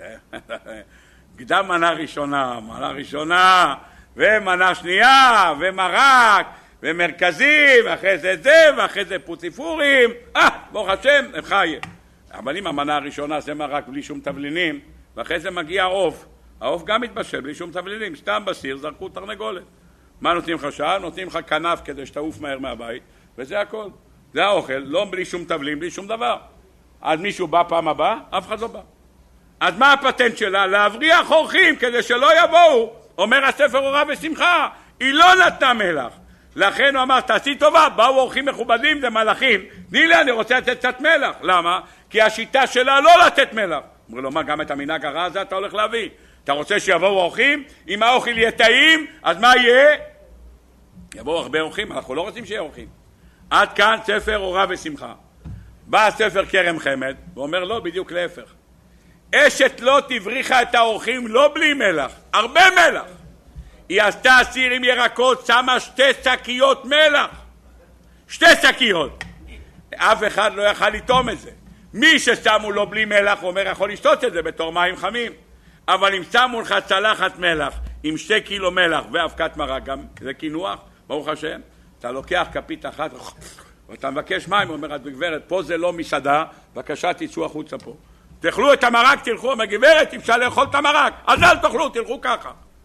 קדם מנה ראשונה, מנה ראשונה, ומנה שנייה, ומרק, ומרכזי, ואחרי זה זה, ואחרי זה פוציפורים, אה, ברוך השם, הם חיים. אבל אם המנה הראשונה זה מרק בלי שום תבלינים, ואחרי זה מגיע העוף, העוף גם מתבשל בלי שום תבלינים, סתם בסיר, זרקו תרנגולת. מה נותנים לך שעה? נותנים לך כנף כדי שתעוף מהר מהבית, וזה הכל. זה האוכל, לא בלי שום תבלין, בלי שום דבר. אז מישהו בא פעם הבאה, אף אחד לא בא. אז מה הפטנט שלה? להבריח אורחים כדי שלא יבואו. אומר הספר אורה ושמחה, היא לא נתנה מלח. לכן הוא אמר, תעשי טובה, באו אורחים מכובדים ומלאכים, תני לי, אני רוצה לתת קצת מלח. למה? כי השיטה שלה לא לתת מלח. אומר לו, מה, גם את המנהג הרע הזה אתה הולך להביא? אתה רוצה שיבואו אורחים? אם האוכל יהיה טעים, אז מה יהיה? יבואו הרבה אורחים, אנחנו לא רוצים שיהיה אורחים. עד כאן ספר אורה ושמחה. בא הספר כרם חמד, ואומר לא, בדיוק להפך. אשת לוט הבריחה את האורחים לא בלי מלח, הרבה מלח. היא עשתה סיר עם ירקות, שמה שתי שקיות מלח. שתי שקיות. אף אחד לא יכל לטום את זה. מי ששמו לו בלי מלח, הוא אומר, יכול לשתות את זה בתור מים חמים. אבל אם שמו לך צלחת מלח, עם שתי קילו מלח ואבקת מרק, גם זה כינוח, ברוך השם, אתה לוקח כפית אחת, ואתה מבקש מים, הוא אומר, את גברת, פה זה לא מסעדה, בבקשה תצאו החוצה פה. תאכלו את המרק, תלכו, אומר, גברת, אפשר לאכול את המרק, אז אל תאכלו, תלכו ככה.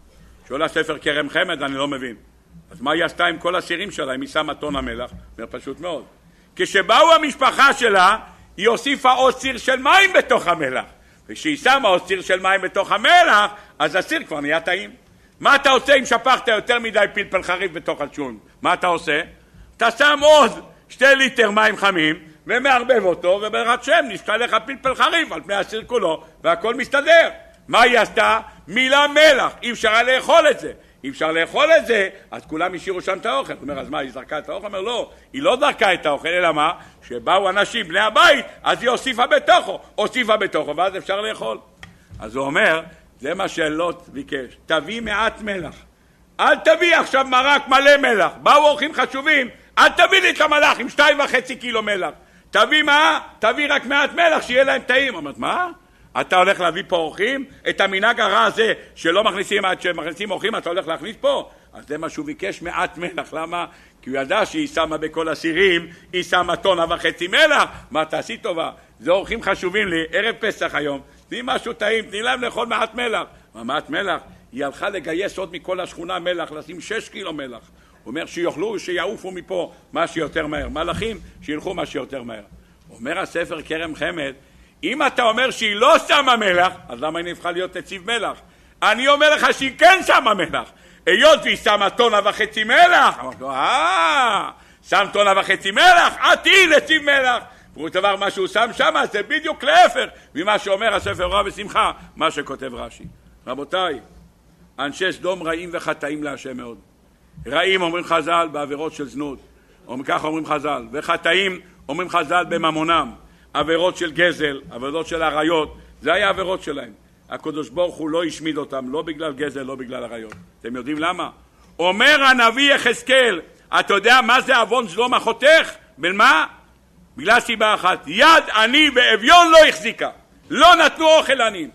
שואל הספר כרם חמד, אני לא מבין. אז מה היא עשתה עם כל הסירים שלה? אם היא שמה טון המלח? אומר פשוט מאוד. כשבאו המשפחה שלה, היא הוסיפה עוד סיר של מים בתוך המלח. וכשהיא שמה עוד סיר של מים בתוך המלח, אז הסיר כבר נהיה טעים. מה אתה עושה אם שפכת יותר מדי פלפל חריף בתוך השום? מה אתה עושה? אתה שם עוד שתי ליטר מים חמים, ומערבב אותו, ובעזרת שם נשתה לך פלפל חריף על פני הסיר כולו, והכל מסתדר. מה היא עשתה? מילה מלח, אי אפשר לאכול את זה. אי אפשר לאכול את זה, אז כולם השאירו שם את האוכל. הוא אומר, אז מה, היא זרקה את האוכל? אומר, לא, היא לא זרקה את האוכל, אלא מה? שבאו אנשים, בני הבית, אז היא הוסיפה בתוכו, הוסיפה בתוכו, ואז אפשר לאכול. אז הוא אומר, זה מה שלוט ביקש, תביא מעט מלח. אל תביא עכשיו מרק מלא מלח. באו אורחים חשובים, אל תביא לי את המלח עם שתיים וחצי קילו מלח. תביא מה? תביא רק מעט מלח, שיהיה להם טעים. אומרת, מה? אתה הולך להביא פה אורחים? את המנהג הרע הזה שלא מכניסים עד שמכניסים אורחים, אתה הולך להכניס פה? אז זה מה שהוא ביקש, מעט מלח. למה? כי הוא ידע שהיא שמה בכל הסירים, היא שמה טונה וחצי מלח. מה, תעשי טובה? זה אורחים חשובים לי, ערב פסח היום. תני משהו טעים, תני להם לאכול מעט מלח. מה, מעט מלח? היא הלכה לגייס עוד מכל השכונה מלח, לשים שש קילו מלח. הוא אומר שיוכלו, שיעופו מפה מה שיותר מהר. מלאכים, שילכו מה שיותר מהר. אומר הספר כרם חמד, אם אתה אומר שהיא לא שמה מלח, אז למה היא נבחה להיות נציב מלח? אני אומר לך שהיא כן שמה מלח. היות והיא שמה טונה וחצי מלח. אמרתי לו, אה, שם טונה וחצי מלח, את תהיי נציב מלח. והוא דבר מה שהוא שם שם, זה בדיוק להפך ממה שאומר הספר רע ושמחה, מה שכותב רש"י. רבותיי, אנשי סדום רעים וחטאים להשם מאוד. רעים אומרים חז"ל בעבירות של זנות, כך אומרים חז"ל, וחטאים אומרים חז"ל בממונם. עבירות של גזל, עבירות של עריות, זה היה עבירות שלהם. הקדוש ברוך הוא לא השמיד אותם, לא בגלל גזל, לא בגלל עריות. אתם יודעים למה? אומר הנביא יחזקאל, אתה יודע מה זה עוון סדום החותך? בין מה? בגלל סיבה אחת, יד עני ואביון לא החזיקה, לא נתנו אוכל עניים.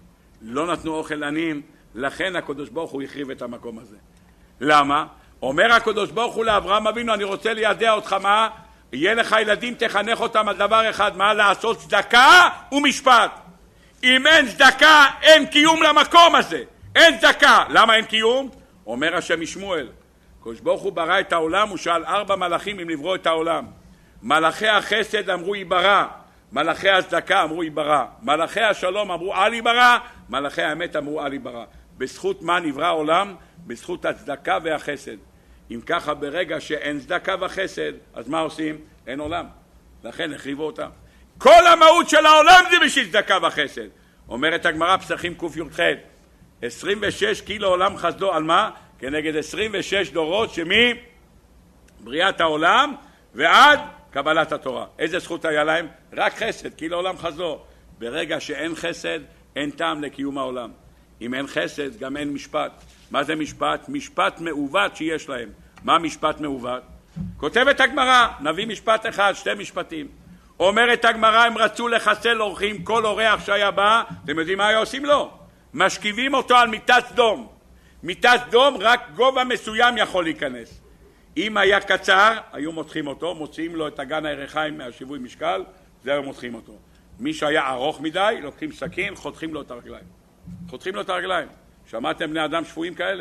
לא נתנו אוכל עניים, לכן הקדוש ברוך הוא החריב את המקום הזה. למה? אומר הקדוש ברוך הוא לאברהם אבינו, אני רוצה לידע אותך מה? יהיה לך ילדים, תחנך אותם על דבר אחד, מה? לעשות צדקה ומשפט. אם אין צדקה, אין קיום למקום הזה. אין צדקה. למה אין קיום? אומר השם משמואל, הקדוש ברוך הוא ברא את העולם, הוא שאל ארבע מלאכים אם לברוא את העולם. מלאכי החסד אמרו יברא, מלאכי הצדקה אמרו יברא, מלאכי השלום אמרו אל יברא, מלאכי האמת אמרו אל יברא. בזכות מה נברא העולם? בזכות הצדקה והחסד. אם ככה ברגע שאין צדקה וחסד, אז מה עושים? אין עולם. לכן החריבו אותם. כל המהות של העולם זה בשביל צדקה וחסד. אומרת הגמרא פסחים ק"ח, עשרים ושש קילו עולם חסדו על מה? כנגד עשרים ושש דורות שמי? בריאת העולם ועד קבלת התורה. איזה זכות היה להם? רק חסד, כי לעולם חסדו. ברגע שאין חסד, אין טעם לקיום העולם. אם אין חסד, גם אין משפט. מה זה משפט? משפט מעוות שיש להם. מה משפט מעוות? כותבת הגמרא, נביא משפט אחד, שתי משפטים. אומרת הגמרא, הם רצו לחסל אורחים, כל אורח שהיה בא, אתם יודעים מה היה עושים לו? משכיבים אותו על מיטת סדום. מיטת סדום, רק גובה מסוים יכול להיכנס. אם היה קצר, היו מותחים אותו, מוציאים לו את אגן הירכיים מהשיווי משקל, זה היו מותחים אותו. מי שהיה ארוך מדי, לוקחים סכין, חותכים לו את הרגליים. חותכים לו את הרגליים. שמעתם בני אדם שפויים כאלה?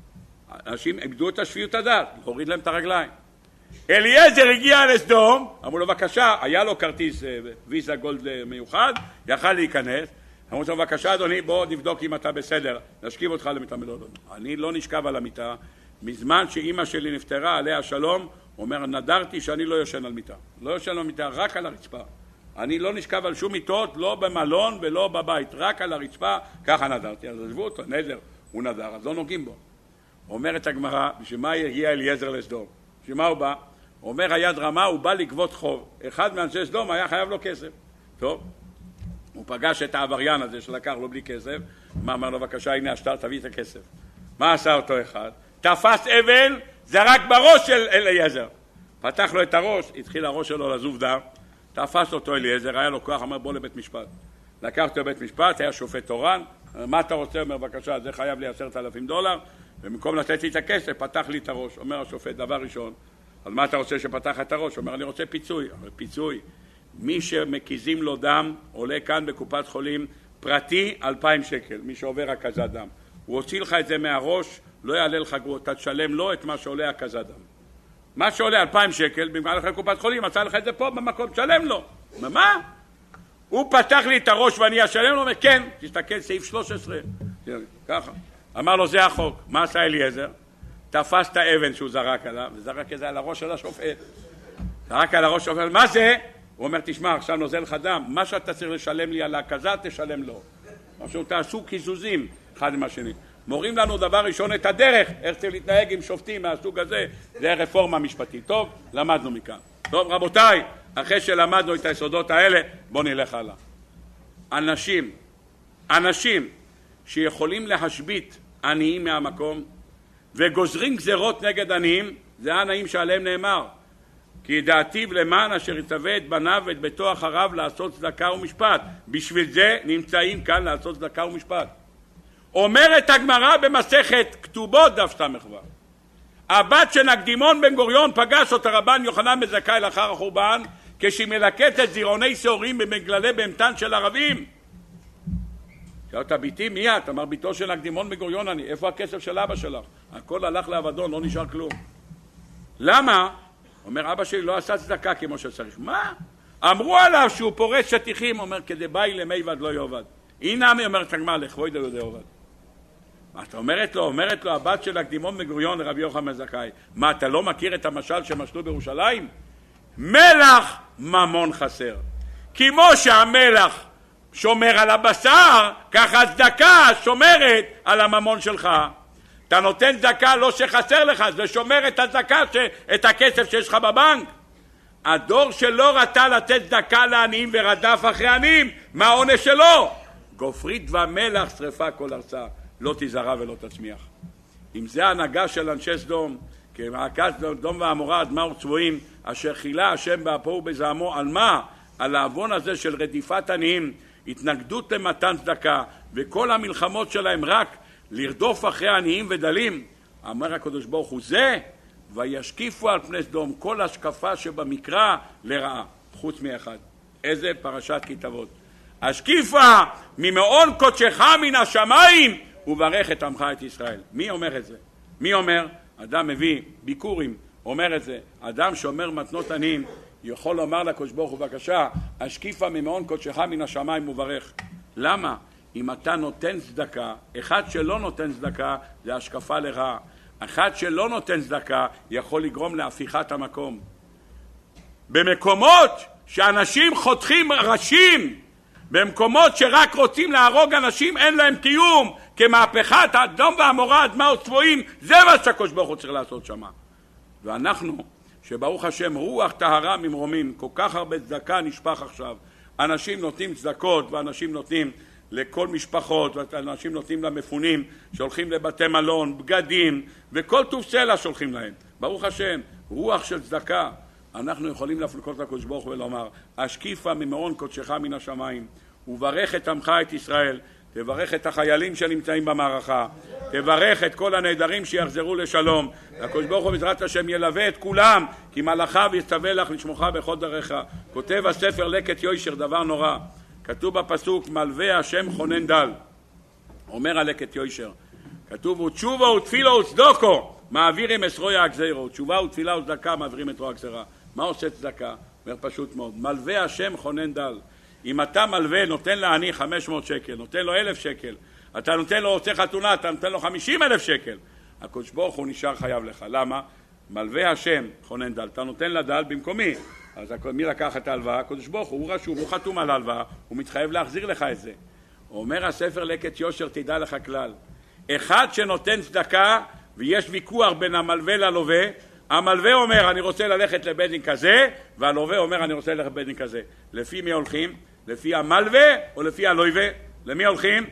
אנשים איבדו את השפיות הדעת, הוריד להם את הרגליים. אליעזר הגיע לסדום, אמרו לו בבקשה, היה לו כרטיס ויזה גולד מיוחד, יכל להיכנס. אמרו לו בבקשה אדוני, בוא נבדוק אם אתה בסדר, נשכיב אותך למיטה מלודון. אני לא נשכב על המיטה, מזמן שאימא שלי נפטרה, עליה שלום, אומר נדרתי שאני לא יושן על מיטה. לא יושן על מיטה, רק על הרצפה. אני לא נשכב על שום מיטות, לא במלון ולא בבית, רק על הרצפה, ככה נדרתי. אז עזבו אותו, נדר, הוא נדר, אז לא נוגעים בו. אומרת הגמרא, בשביל מה הגיע אליעזר לסדום? בשביל מה הוא בא? אומר היד רמה, הוא בא לגבות חוב. אחד מאנשי סדום היה חייב לו כסף. טוב, הוא פגש את העבריין הזה שלקח לו בלי כסף, מה אמר לו בבקשה, הנה השטר, תביא את הכסף. מה עשה אותו אחד? תפס אבן, זרק בראש של אליעזר. פתח לו את הראש, התחיל הראש שלו לזוב דם, תפס אותו אליעזר, היה לו כוח, אמר בוא לבית משפט. לקח אותו לבית משפט, היה שופט תורן, מה אתה רוצה? אומר בבקשה, זה חייב לי עשרת אלפים דולר, ובמקום לתת לי את הכסף, פתח לי את הראש. אומר השופט, דבר ראשון, אז מה אתה רוצה שפתח את הראש? אומר, אני רוצה פיצוי. אומר, פיצוי, מי שמקיזים לו דם, עולה כאן בקופת חולים פרטי אלפיים שקל, מי שעובר הקזת דם. הוא הוציא לך את זה מהראש, לא יעלה לך גרוש, אתה תשלם לו את מה שעולה הכזה דם. מה שעולה אלפיים שקל, במקום לך לקופת חולים, מצא לך את זה פה במקום, תשלם לו. מה? הוא פתח לי את הראש ואני אשלם לו, אומר, כן, תסתכל, סעיף שלוש עשרה, ככה. אמר לו, זה החוק. מה עשה אליעזר? תפס את האבן שהוא זרק עליו, וזרק את זה על הראש של השופט. זרק על הראש של השופט, מה זה? הוא אומר, תשמע, עכשיו נוזל לך דם, מה שאתה צריך לשלם לי על הכזה, תשלם לו. עכשיו, תעשו קיזוזים אחד עם השני. מורים לנו דבר ראשון את הדרך, איך צריך להתנהג עם שופטים מהסוג הזה, זה רפורמה משפטית. טוב, למדנו מכאן. טוב, רבותיי, אחרי שלמדנו את היסודות האלה, בואו נלך הלאה. אנשים, אנשים שיכולים להשבית עניים מהמקום, וגוזרים גזרות נגד עניים, זה העניים שעליהם נאמר. כי ידעתיו למען אשר יצווה את בניו ואת ביתו אחריו לעשות צדקה ומשפט. בשביל זה נמצאים כאן לעשות צדקה ומשפט. אומרת הגמרא במסכת כתובות דף ס"ו. הבת של נקדימון בן גוריון פגש אותה רבן יוחנן בן זכאי לאחר החורבן, כשהיא מלקטת זירוני שעורים במגללי בהמתן של ערבים. שאל אותה, ביתי מי את? אמר, ביתו של נקדימון בן גוריון אני. איפה הכסף של אבא שלך? הכל הלך לאבדון, לא נשאר כלום. למה? אומר, אבא שלי לא עשה צדקה כמו שצריך. מה? אמרו עליו שהוא פורס שטיחים. אומר, כדי באי למיבד לא יאבד. הנה מי אומרת הגמרא, לכבוד לא יאבד. מה אתה אומרת לו? אומרת לו הבת של נקדימון בן גוריון לרבי יוחנן בן זכאי. מה, אתה לא מכיר את המשל שמשלו בירושלים? מלח ממון חסר. כמו שהמלח שומר על הבשר, ככה הצדקה שומרת על הממון שלך. אתה נותן צדקה לא שחסר לך, זה שומר את הצדקה, את הכסף שיש לך בבנק. הדור שלא רצה לתת צדקה לעניים ורדף אחרי עניים, מה העונש שלו? גופרית ומלח שרפה כל ארצה, לא תזרע ולא תצמיח. אם זה ההנהגה של אנשי סדום, כמעקת סדום ועמורה, אדמה וצבועים, אשר חילה השם באפו ובזעמו, על מה? על העוון הזה של רדיפת עניים, התנגדות למתן צדקה, וכל המלחמות שלהם רק לרדוף אחרי עניים ודלים. אמר הקדוש ברוך הוא זה, וישקיפו על פני סדום כל השקפה שבמקרא לרעה, חוץ מאחד. איזה? פרשת כי תבוא. השקיפה ממעון קודשך מן השמיים וברך את עמך את ישראל. מי אומר את זה? מי אומר? אדם מביא ביקורים, אומר את זה. אדם שאומר מתנות עניים יכול לומר לקדוש ברוך הוא בבקשה, השקיפה ממעון קודשך מן השמיים וברך. למה? אם אתה נותן צדקה, אחד שלא נותן צדקה זה השקפה לרעה. אחד שלא נותן צדקה יכול לגרום להפיכת המקום. במקומות שאנשים חותכים ראשים, במקומות שרק רוצים להרוג אנשים אין להם קיום, כמהפכת האדום והעמורה, אדמה וצבועים, זה מה שהקדוש ברוך הוא צריך לעשות שם. ואנחנו, שברוך השם רוח טהרה ממרומים, כל כך הרבה צדקה נשפך עכשיו. אנשים נותנים צדקות ואנשים נותנים לכל משפחות, ואנשים נותנים למפונים שהולכים לבתי מלון, בגדים וכל טוב סלע שהולכים להם. ברוך השם, רוח של צדקה. אנחנו יכולים להפלקות לקדוש ברוך הוא ולומר, השקיפה ממעון קודשך מן השמיים, וברך את עמך את ישראל, תברך את החיילים שנמצאים במערכה, תברך את כל הנהדרים שיחזרו לשלום. הקדוש ברוך הוא בעזרת השם ילווה את כולם, כי מלאכיו יצווה לך לשמוך בכל דרכך. כותב הספר לקט יושר דבר נורא, כתוב בפסוק מלווה השם חונן דל. אומר הלקט יושר, כתוב ותשובה ותפילה וצדוקו מעבירים את רוע הגזירה. תשובה ותפילה וצדקה מעבירים את רוע הגזירה. מה עושה צדקה? אומר פשוט מאוד, מלווה השם חונן דל. אם אתה מלווה, נותן לעני חמש מאות שקל, נותן לו אלף שקל, אתה נותן לו עושה חתונה, אתה נותן לו חמישים אלף שקל, הקדוש ברוך הוא נשאר חייב לך. למה? מלווה השם חונן דל, אתה נותן לדל במקומי. אז מי לקח את ההלוואה? הקדוש ברוך הוא, הוא רשום, הוא חתום על ההלוואה, הוא מתחייב להחזיר לך את זה. אומר הספר לקט יושר, תדע לך כלל, אחד שנותן צדקה ויש ויכוח בין המלווה ללווה, המלווה אומר אני רוצה ללכת לבית דין כזה, והלווה אומר אני רוצה ללכת לבית דין כזה. לפי מי הולכים? לפי המלווה או לפי הלווה? למי הולכים?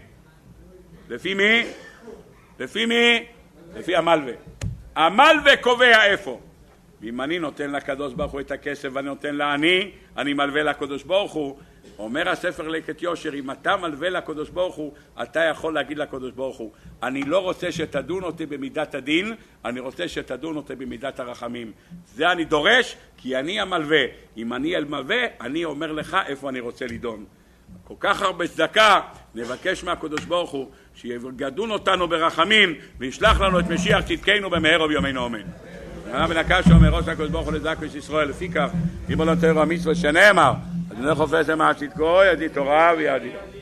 לפי מי? לפי מי? לפי המלווה. המלווה קובע איפה. ואם אני נותן לקדוש ברוך הוא את הכסף ואני נותן לעני, אני מלווה לקדוש ברוך הוא. אומר הספר לקט יושר, אם אתה מלווה לקדוש ברוך הוא, אתה יכול להגיד לקדוש ברוך הוא, אני לא רוצה שתדון אותי במידת הדין, אני רוצה שתדון אותי במידת הרחמים. זה אני דורש, כי אני המלווה. אם אני המלווה, אני אומר לך איפה אני רוצה לדון. כל כך הרבה צדקה, נבקש מהקדוש ברוך הוא שיגדון אותנו ברחמים וישלח לנו את משיח צדקנו במהרה ובימינו אמן. הרב נקש אומר ראש הקדוש ברוך הוא לזכויות ישראל, לפיכך ריבונו של עולם המצווה שנאמר, אדוני חופש למען צדקו, ידי תורה וידי